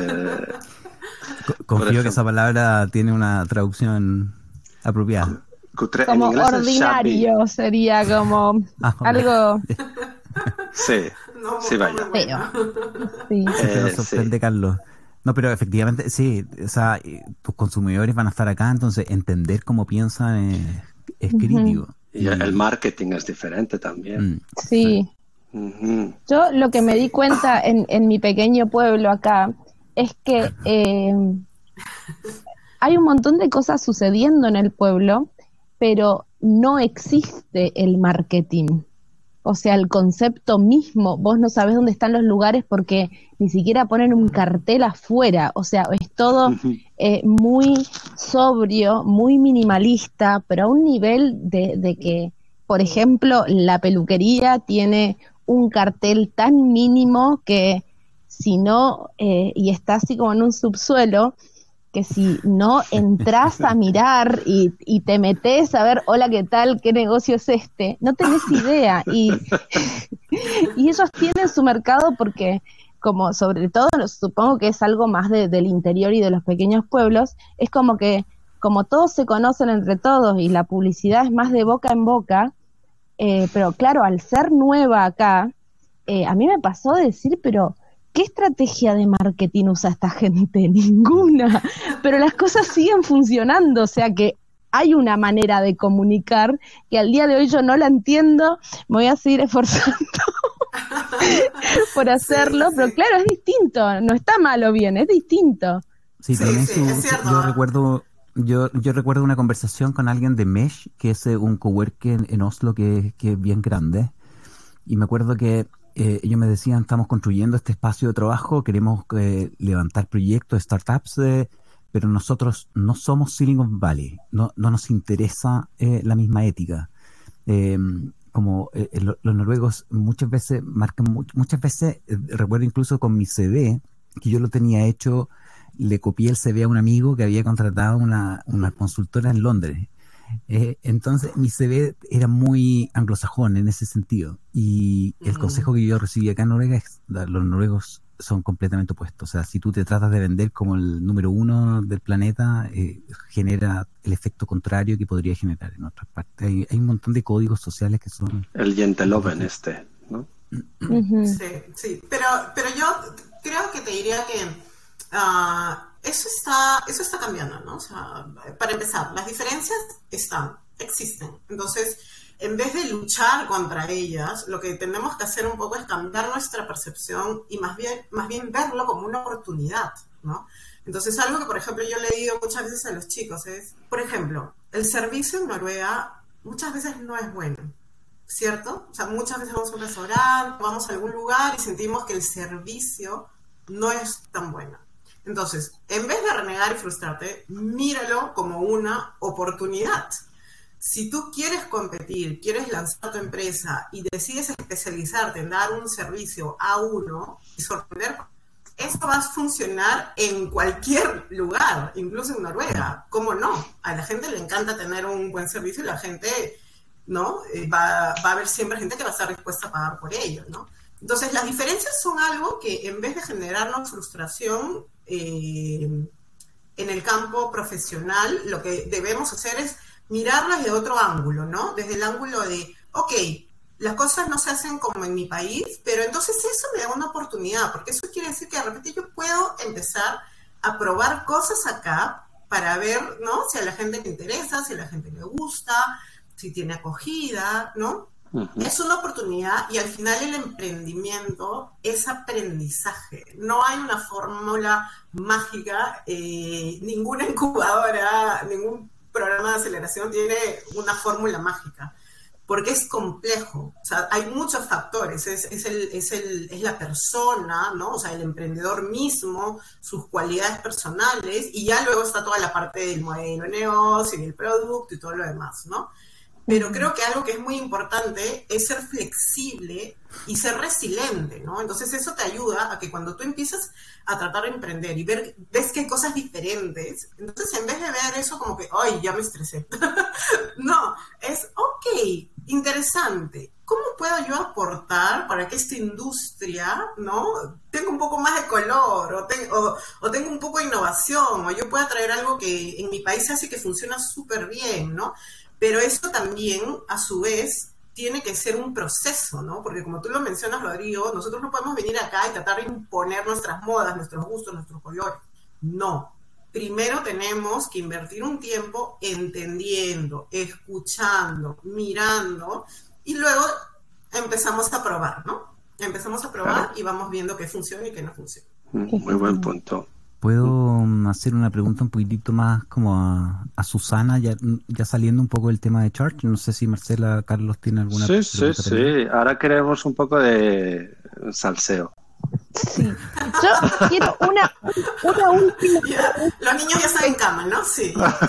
Confío que esa palabra tiene una traducción apropiada. Cutre, como en inglés ordinario sería como algo... Sí, No, sí, vaya. Feo. Sí. Siempre nos sorprende, Sí. Carlos. No, pero efectivamente, sí, o sea, tus consumidores van a estar acá, entonces entender cómo piensan es crítico. Y el marketing es diferente también. Sí. Yo lo que me di cuenta en mi pequeño pueblo acá es que hay un montón de cosas sucediendo en el pueblo, pero no existe el marketing. O sea, el concepto mismo, vos no sabés dónde están los lugares porque ni siquiera ponen un cartel afuera. O sea, es todo muy sobrio, muy minimalista, pero a un nivel de que, por ejemplo, la peluquería tiene un cartel tan mínimo que si no, y está así como en un subsuelo, que si no entras a mirar y te metes a ver, hola, ¿qué tal? ¿Qué negocio es este? No tenés idea. Y ellos tienen su mercado porque, como sobre todo, supongo que es algo más del interior y de los pequeños pueblos, es como que, como todos se conocen entre todos y la publicidad es más de boca en boca, pero claro, al ser nueva acá, a mí me pasó de decir, pero ¿qué estrategia de marketing usa esta gente? Ninguna. Pero las cosas siguen funcionando, o sea que hay una manera de comunicar que al día de hoy yo no la entiendo, me voy a seguir esforzando por hacerlo, pero claro, es distinto, no está mal o bien, es distinto. Sí, es cierto. Yo recuerdo una conversación con alguien de Mesh, que es un coworking en Oslo que es bien grande, y me acuerdo que ellos me decían, estamos construyendo este espacio de trabajo, queremos levantar proyectos, startups, pero nosotros no somos Silicon Valley, no nos interesa la misma ética. Los noruegos muchas veces marcan, muchas veces, recuerdo incluso con mi CV, que yo lo tenía hecho, le copié el CV a un amigo que había contratado una consultora en Londres. Entonces mi CV era muy anglosajón en ese sentido, y el consejo que yo recibí acá en Noruega es: los noruegos son completamente opuestos. O sea, si tú te tratas de vender como el número uno del planeta, genera el efecto contrario que podría generar en otras partes. Hay un montón de códigos sociales que son... El Jenteloven ¿no? Sí, pero yo creo que te diría que eso está cambiando, ¿no? O sea, para empezar, las diferencias existen. Entonces, en vez de luchar contra ellas, lo que tenemos que hacer un poco es cambiar nuestra percepción y más bien verlo como una oportunidad, ¿no? Entonces, algo que, por ejemplo, yo le digo muchas veces a los chicos es, por ejemplo, el servicio en Noruega muchas veces no es bueno, ¿cierto? O sea, muchas veces vamos a un restaurante, vamos a algún lugar y sentimos que el servicio no es tan bueno. Entonces, en vez de renegar y frustrarte, míralo como una oportunidad. Si tú quieres competir, quieres lanzar tu empresa y decides especializarte en dar un servicio a uno y sorprender, esto va a funcionar en cualquier lugar, incluso en Noruega. ¿Cómo no? A la gente le encanta tener un buen servicio y la gente, ¿no? Va a haber siempre gente que va a estar dispuesta a pagar por ello, ¿no? Entonces, las diferencias son algo que, en vez de generarnos frustración en el campo profesional, lo que debemos hacer es mirarlas de otro ángulo, ¿no? Desde el ángulo de, ok, las cosas no se hacen como en mi país, pero entonces eso me da una oportunidad, porque eso quiere decir que de repente yo puedo empezar a probar cosas acá para ver, ¿no? Si a la gente le interesa, si a la gente le gusta, si tiene acogida, ¿no? Es una oportunidad, y al final el emprendimiento es aprendizaje. No hay una fórmula mágica, ninguna incubadora, ningún programa de aceleración tiene una fórmula mágica, porque es complejo. O sea, hay muchos factores. Es la persona, ¿no? O sea, el emprendedor mismo, sus cualidades personales, y ya luego está toda la parte del modelo de negocio y del producto y todo lo demás, ¿no? Pero creo que algo que es muy importante es ser flexible y ser resiliente, ¿no? Entonces eso te ayuda a que cuando tú empiezas a tratar de emprender y ves que hay cosas diferentes, entonces en vez de ver eso como que, ¡ay, ya me estresé! No, es, ok, interesante. ¿Cómo puedo yo aportar para que esta industria, ¿no?, tenga un poco más de color, o tenga un poco de innovación, o yo pueda traer algo que en mi país se hace que funciona súper bien, ¿no? Pero eso también, a su vez, tiene que ser un proceso, ¿no? Porque como tú lo mencionas, Rodrigo, nosotros no podemos venir acá y tratar de imponer nuestras modas, nuestros gustos, nuestros colores. No. Primero tenemos que invertir un tiempo entendiendo, escuchando, mirando, y luego empezamos a probar, ¿no? Empezamos a probar y vamos viendo qué funciona y qué no funciona. Muy buen punto. ¿Puedo hacer una pregunta un poquitito más como a Susana, ya saliendo un poco del tema de Charge? No sé si Marcela, Carlos, tiene alguna pregunta. Sí. Ahora queremos un poco de salseo. Sí. Yo quiero una última... Los niños ya están en cama, ¿no? Sí.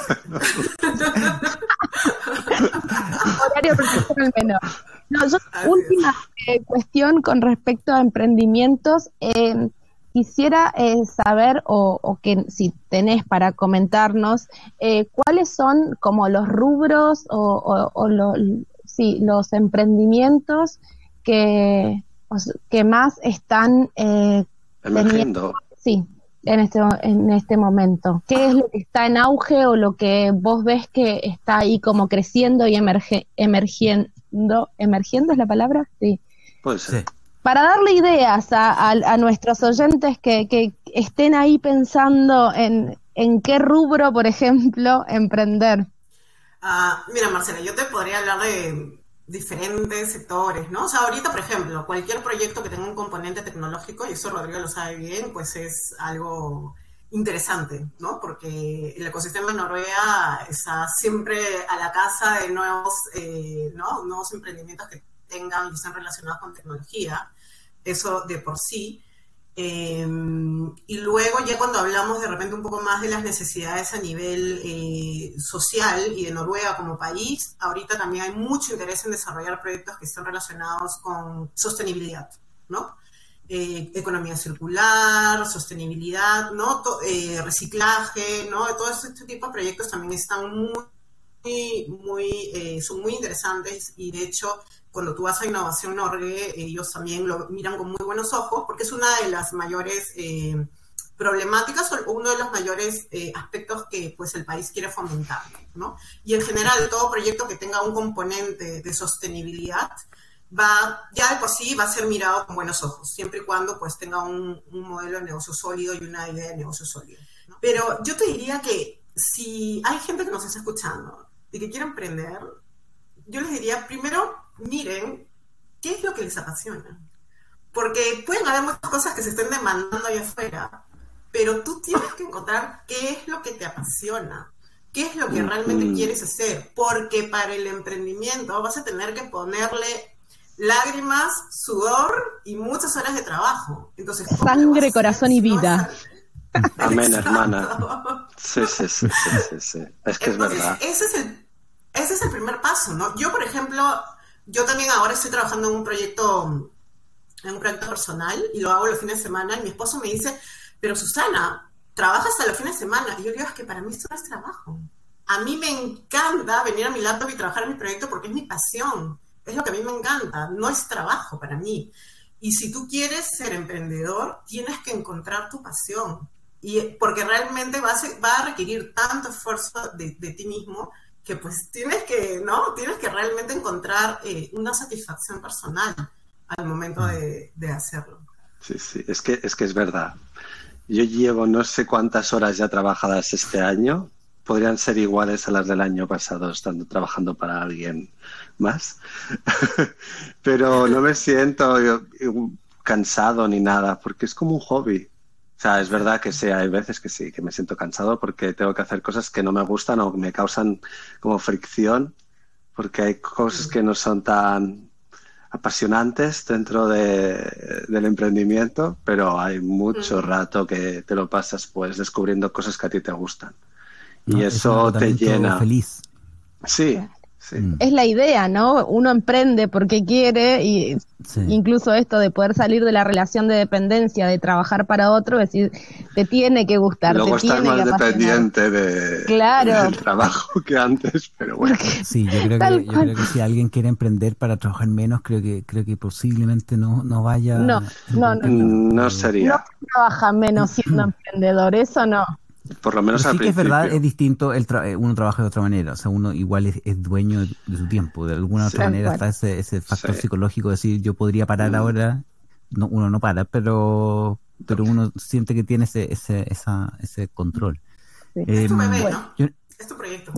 Horario profesional menor. No, yo, última cuestión con respecto a emprendimientos. Quisiera saber, o que si tenés para comentarnos, cuáles son como los rubros los emprendimientos que más están emergiendo. Sí, en este momento. ¿Qué es lo que está en auge o lo que vos ves que está ahí como creciendo y emergiendo? ¿Emergiendo es la palabra? Sí. Puede ser. Sí. Para darle ideas a nuestros oyentes que estén ahí pensando en qué rubro, por ejemplo, emprender. Mira, Marcela, yo te podría hablar de diferentes sectores, ¿no? O sea, ahorita, por ejemplo, cualquier proyecto que tenga un componente tecnológico, y eso Rodrigo lo sabe bien, pues es algo interesante, ¿no? Porque el ecosistema de Noruega está siempre a la caza de nuevos emprendimientos que tengan y estén relacionados con tecnología. Eso de por sí. Y luego ya cuando hablamos de repente un poco más de las necesidades a nivel social y de Noruega como país, ahorita también hay mucho interés en desarrollar proyectos que estén relacionados con sostenibilidad, ¿no? Economía circular, sostenibilidad, ¿no? Reciclaje, ¿no? Todo este tipo de proyectos también están son muy interesantes, y de hecho cuando tú vas a Innovación Norge, ellos también lo miran con muy buenos ojos, porque es una de las mayores problemáticas o uno de los mayores aspectos que pues el país quiere fomentar, ¿no? Y en general todo proyecto que tenga un componente de sostenibilidad ya de por sí va a ser mirado con buenos ojos, siempre y cuando pues tenga un modelo de negocio sólido y una idea de negocio sólido, ¿no? Pero yo te diría que si hay gente que nos está escuchando y que quiere emprender, yo les diría, primero, miren qué es lo que les apasiona. Porque pueden haber muchas cosas que se estén demandando allá afuera, pero tú tienes que encontrar qué es lo que te apasiona, qué es lo que realmente quieres hacer, porque para el emprendimiento vas a tener que ponerle lágrimas, sudor y muchas horas de trabajo. Entonces, sangre, corazón y vida. Amén, hermana. Sí. Es que entonces, es verdad. Ese es el primer paso, ¿no? Yo, por ejemplo, yo también ahora estoy trabajando en un proyecto personal y lo hago los fines de semana, y mi esposo me dice, pero Susana, ¿trabajas hasta los fines de semana? Y yo le digo, es que para mí esto no es trabajo. A mí me encanta venir a mi laptop y trabajar en mi proyecto porque es mi pasión, es lo que a mí me encanta, no es trabajo para mí. Y si tú quieres ser emprendedor, tienes que encontrar tu pasión, porque realmente va a requerir tanto esfuerzo de ti mismo, que pues tienes que realmente encontrar una satisfacción personal al momento de hacerlo. Sí, es que es verdad. Yo llevo no sé cuántas horas ya trabajadas este año, podrían ser iguales a las del año pasado, estando trabajando para alguien más, pero no me siento cansado ni nada, porque es como un hobby. O sea, es verdad que sí, hay veces que sí, que me siento cansado porque tengo que hacer cosas que no me gustan o que me causan como fricción, porque hay cosas que no son tan apasionantes dentro del emprendimiento, pero hay mucho rato que te lo pasas pues descubriendo cosas que a ti te gustan. Y eso te llena. Feliz. Sí. Es la idea, ¿no? Uno emprende porque quiere, y incluso esto de poder salir de la relación de dependencia, de trabajar para otro, es decir, te tiene que gustar. Luego te estás tiene más que dependiente del trabajo que antes, pero bueno. Sí, yo creo que si alguien quiere emprender para trabajar menos, creo que posiblemente no vaya. No sería. No trabaja menos siendo emprendedor, eso no. Por lo menos pero al sí que principio. es verdad, es distinto, uno trabaja de otra manera, o sea, uno igual es dueño de su tiempo, de alguna otra manera está ese factor psicológico de decir, yo podría parar ahora, uno no para, pero uno siente que tiene ese control. Es tu bebé, ¿no? Es tu proyecto.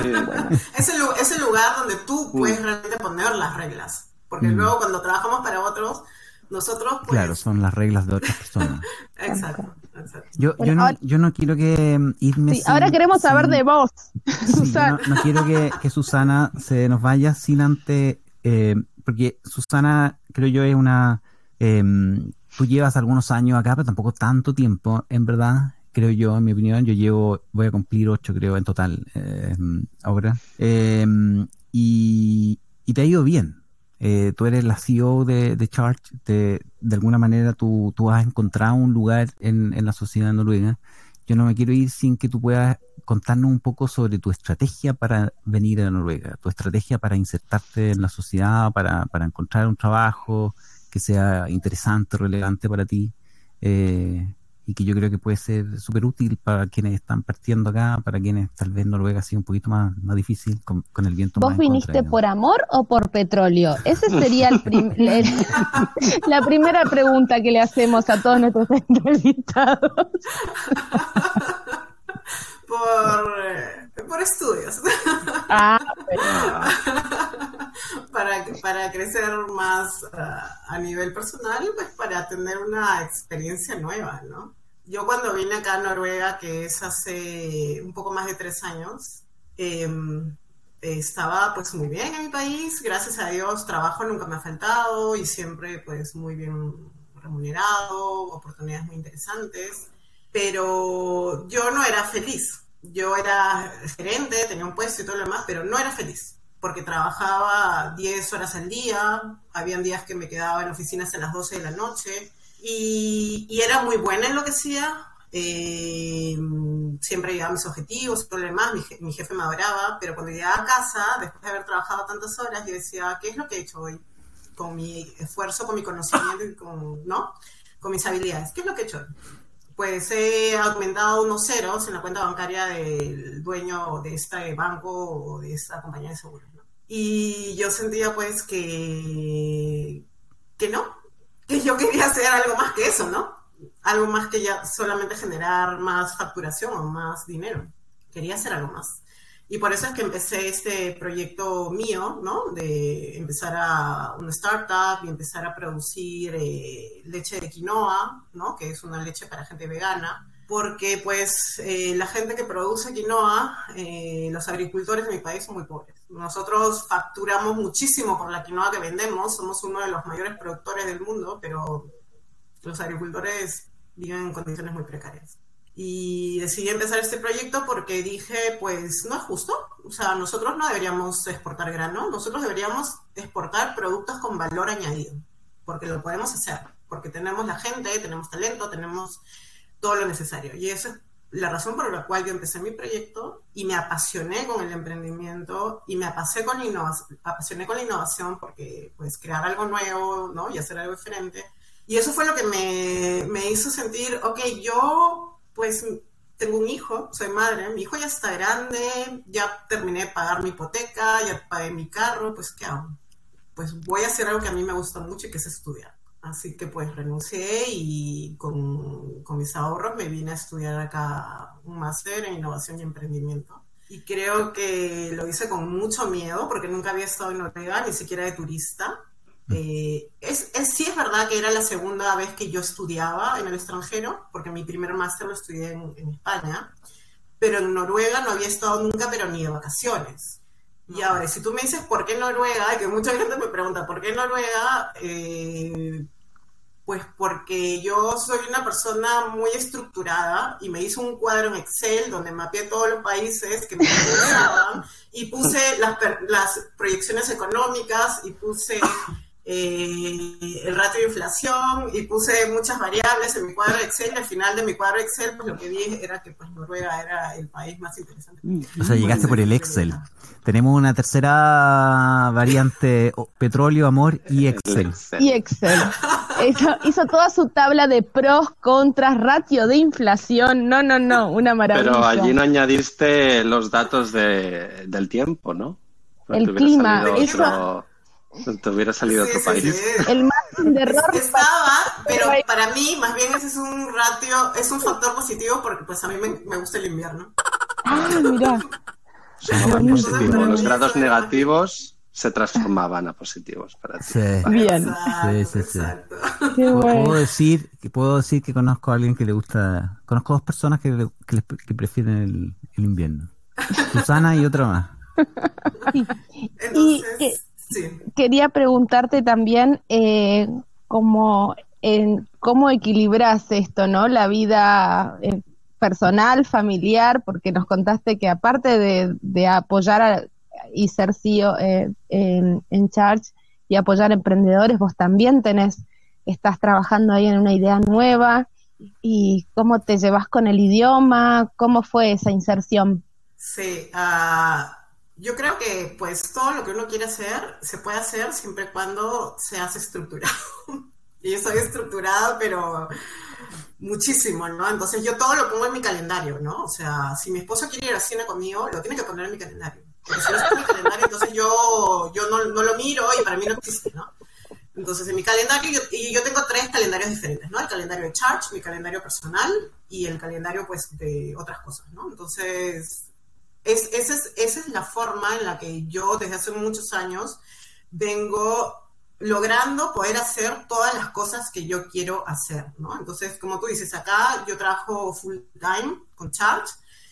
Es el lugar donde tú puedes realmente poner las reglas, porque luego cuando trabajamos para otros, nosotros pues... Claro, son las reglas de otras personas. Exacto. Yo no quiero que irme. Sí, ahora queremos saber de vos, Susana. No quiero que Susana se nos vaya sin antes, porque Susana, creo yo, es una. Tú llevas algunos años acá, pero tampoco tanto tiempo, en verdad, creo yo, en mi opinión. Voy a cumplir 8, creo, en total, ahora. Y te ha ido bien. Tú eres la CEO de Charge, de alguna manera tú has encontrado un lugar en la sociedad noruega. Yo no me quiero ir sin que tú puedas contarnos un poco sobre tu estrategia para venir a Noruega, tu estrategia para insertarte en la sociedad, para encontrar un trabajo que sea interesante, relevante para ti, y que yo creo que puede ser súper útil para quienes están partiendo acá, para quienes tal vez Noruega ha sido un poquito más difícil con el viento más en contra. ¿Vos viniste por amor o por petróleo? Ese sería la primera pregunta que le hacemos a todos nuestros entrevistados. Por estudios. Para crecer más a nivel personal, pues para tener una experiencia nueva, ¿no? Yo cuando vine acá a Noruega, que es hace un poco más de 3 años, estaba pues muy bien en mi país, gracias a Dios, trabajo nunca me ha faltado y siempre pues muy bien remunerado, oportunidades muy interesantes, pero yo no era feliz. Yo era gerente, tenía un puesto y todo lo demás, pero no era feliz, porque trabajaba 10 horas al día, habían días que me quedaba en oficinas a las 12 de la noche, y era muy buena en lo que hacía. Siempre llegaba a mis objetivos y todo lo demás, mi jefe me adoraba, pero cuando llegaba a casa, después de haber trabajado tantas horas, yo decía, ¿qué es lo que he hecho hoy? Con mi esfuerzo, con mi conocimiento y con mis habilidades. ¿Qué es lo que he hecho hoy? Pues he aumentado unos ceros en la cuenta bancaria del dueño de este banco o de esta compañía de seguros, ¿no? Y yo sentía pues que no, que yo quería hacer algo más que eso, ¿no? Algo más que ya solamente generar más facturación o más dinero. Quería hacer algo más. Y por eso es que empecé este proyecto mío, ¿no? De empezar una startup y empezar a producir leche de quinoa, ¿no? Que es una leche para gente vegana. Porque, pues, la gente que produce quinoa, los agricultores de mi país son muy pobres. Nosotros facturamos muchísimo por la quinoa que vendemos. Somos uno de los mayores productores del mundo, pero los agricultores viven en condiciones muy precarias. Y decidí empezar este proyecto porque dije, pues no es justo, o sea, nosotros no deberíamos exportar grano, nosotros deberíamos exportar productos con valor añadido, porque lo podemos hacer, porque tenemos la gente, tenemos talento, tenemos todo lo necesario. Y esa es la razón por la cual yo empecé mi proyecto y me apasioné con el emprendimiento y me apasioné con la innovación porque pues crear algo nuevo, ¿no? Y hacer algo diferente. Y eso fue lo que me hizo sentir, ok, yo pues tengo un hijo, soy madre, mi hijo ya está grande, ya terminé de pagar mi hipoteca, ya pagué mi carro, pues ¿qué hago? Pues voy a hacer algo que a mí me gusta mucho y que es estudiar. Así que pues renuncié y con mis ahorros me vine a estudiar acá un máster en innovación y emprendimiento. Y creo que lo hice con mucho miedo porque nunca había estado en Noruega, ni siquiera de turista. Sí es verdad que era la segunda vez que yo estudiaba en el extranjero, porque mi primer máster lo estudié en España, pero en Noruega no había estado nunca, pero ni de vacaciones. Y ahora, si tú me dices ¿por qué Noruega? Que mucha gente me pregunta ¿por qué Noruega? Pues porque yo soy una persona muy estructurada y me hice un cuadro en Excel donde mapeé todos los países que me interesaban y puse las proyecciones económicas y puse el ratio de inflación y puse muchas variables en mi cuadro de Excel y al final de mi cuadro de Excel pues lo que vi era que pues Noruega era el país más interesante. O sea, llegaste por el Excel. Tenemos una tercera variante, petróleo, amor y Excel. Y Excel. Hizo toda su tabla de pros, contras, ratio de inflación. No, una maravilla. Pero allí no añadiste los datos del tiempo, ¿no? El clima, te hubiera salido otro país. Sí. El margen de error. Estaba, pero para mí, más bien ese es un ratio, es un factor positivo porque pues a mí me gusta el invierno. Ah, mira. Positivo. Los grados negativos se transformaban a positivos para ti. Sí. Bien. Sí. Qué bueno. Puedo decir que conozco a alguien que le gusta. Conozco dos personas que prefieren el invierno. Susana y otra más. Sí. Entonces, sí. Quería preguntarte también cómo equilibras esto, ¿no? La vida personal, familiar, porque nos contaste que aparte de apoyar y ser CEO en Charge y apoyar emprendedores, vos también estás trabajando ahí en una idea nueva. ¿Y cómo te llevas con el idioma? ¿Cómo fue esa inserción? Sí, yo creo que pues todo lo que uno quiere hacer se puede hacer siempre y cuando se hace estructurado. Y yo soy estructurada, pero muchísimo, ¿no? Entonces yo todo lo pongo en mi calendario, ¿no? O sea, si mi esposo quiere ir al cine conmigo, lo tiene que poner en mi calendario. Porque si no está en mi calendario, entonces yo no lo miro y para mí no existe, ¿no? Entonces en mi calendario, yo tengo 3 calendarios diferentes, ¿no? El calendario de Charge, mi calendario personal y el calendario pues de otras cosas, ¿no? Entonces esa es la forma en la que yo desde hace muchos años vengo logrando poder hacer todas las cosas que yo quiero hacer, ¿no? Entonces, como tú dices, acá yo trabajo full time con Charge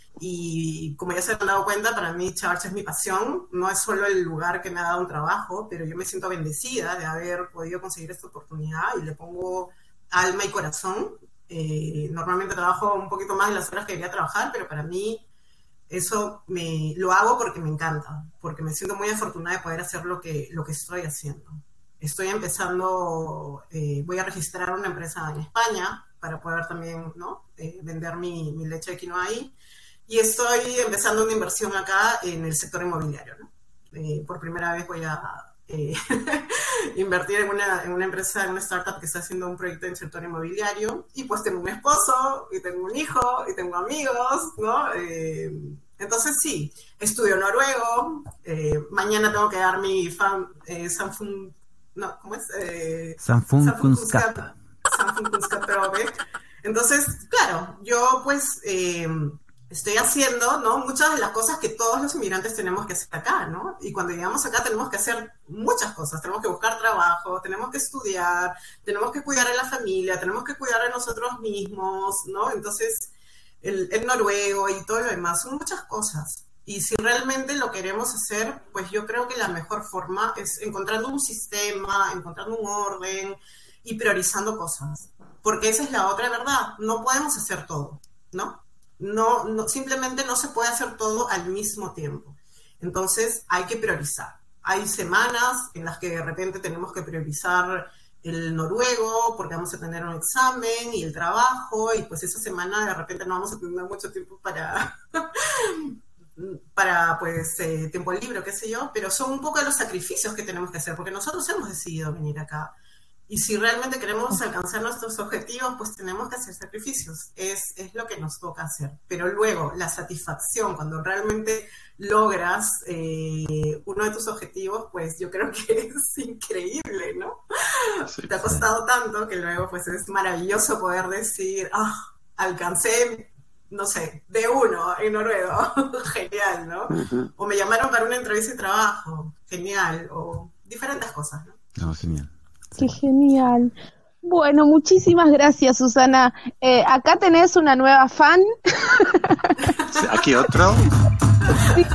y como ya se han dado cuenta, para mí Charge es mi pasión, no es solo el lugar que me ha dado un trabajo, pero yo me siento bendecida de haber podido conseguir esta oportunidad y le pongo alma y corazón. Normalmente trabajo un poquito más de las horas que debería trabajar, pero para mí eso lo hago porque me encanta, porque me siento muy afortunada de poder hacer lo que estoy haciendo. Estoy empezando, voy a registrar una empresa en España para poder también, ¿no? Vender mi leche de quinoa ahí. Y estoy empezando una inversión acá en el sector inmobiliario, ¿no? Por primera vez voy a invertir en una empresa, en una startup que está haciendo un proyecto en el sector inmobiliario. Y pues tengo un esposo, y tengo un hijo, y tengo amigos, ¿no? Entonces sí, estudio noruego. Mañana tengo que dar mi Samfunkunnskap. No, ¿cómo es? Samfunkunnskap. Samfunkunnskap. Entonces, claro, yo pues estoy haciendo, ¿no? Muchas de las cosas que todos los inmigrantes tenemos que hacer acá, ¿no? Y cuando llegamos acá tenemos que hacer muchas cosas. Tenemos que buscar trabajo, tenemos que estudiar, tenemos que cuidar a la familia, tenemos que cuidar a nosotros mismos, ¿no? Entonces, el noruego y todo lo demás son muchas cosas. Y si realmente lo queremos hacer, pues yo creo que la mejor forma es encontrando un sistema, encontrando un orden y priorizando cosas. Porque esa es la otra verdad. No podemos hacer todo, ¿no? No, simplemente no se puede hacer todo al mismo tiempo. Entonces hay que priorizar. Hay semanas en las que de repente tenemos que priorizar el noruego porque vamos a tener un examen y el trabajo, y pues esa semana de repente no vamos a tener mucho tiempo para pues tiempo libre, qué sé yo, pero son un poco los sacrificios que tenemos que hacer porque nosotros hemos decidido venir acá. Y si realmente queremos alcanzar nuestros objetivos, pues tenemos que hacer sacrificios. Es lo que nos toca hacer. Pero luego, la satisfacción, cuando realmente logras uno de tus objetivos, pues yo creo que es increíble, ¿no? Sí, te ha costado tanto que luego pues es maravilloso poder decir, alcancé, no sé, D1 en noruego. Genial, ¿no? Uh-huh. O me llamaron para una entrevista de trabajo. Genial. O diferentes cosas, ¿no? No, genial. Qué genial. Bueno, muchísimas gracias, Susana. Acá tenés una nueva fan. ¿Aquí otro? Sí.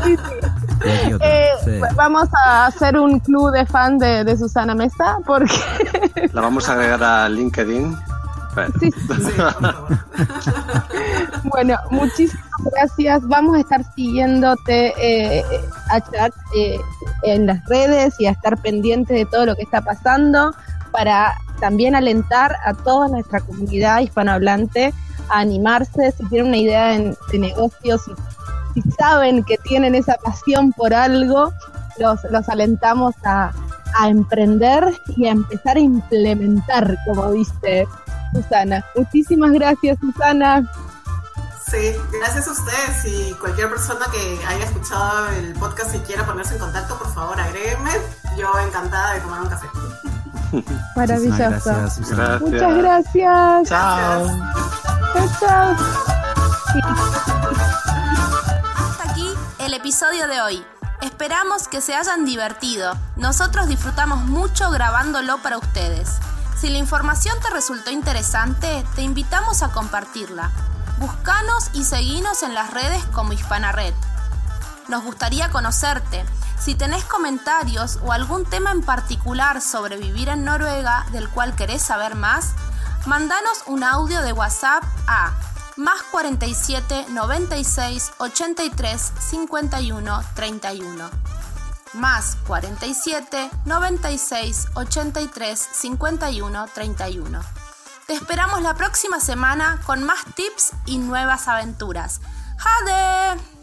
Vamos a hacer un club de fan de Susana Mesa porque... ¿La vamos a agregar a LinkedIn? Bueno. Sí, por favor. Bueno, muchísimas gracias. Vamos a estar siguiéndote a Chat en las redes y a estar pendientes de todo lo que está pasando para también alentar a toda nuestra comunidad hispanohablante a animarse. Si tienen una idea de negocios, si saben que tienen esa pasión por algo, los alentamos a emprender y a empezar a implementar, como dice Susana. Muchísimas gracias, Susana. Sí, gracias a ustedes, y cualquier persona que haya escuchado el podcast y quiera ponerse en contacto, por favor, agréguenme. Yo encantada de tomar un café. Maravilloso. Gracias. Muchas gracias. Chao. Chao. Hasta aquí el episodio de hoy. Esperamos que se hayan divertido. Nosotros disfrutamos mucho grabándolo para ustedes. Si la información te resultó interesante, te invitamos a compartirla. Búscanos y seguinos en las redes como HispanaRed. Nos gustaría conocerte. Si tenés comentarios o algún tema en particular sobre vivir en Noruega del cual querés saber más, mándanos un audio de WhatsApp a +47 96 83 51 31. +47 96 83 51 31. Te esperamos la próxima semana con más tips y nuevas aventuras. ¡Jade!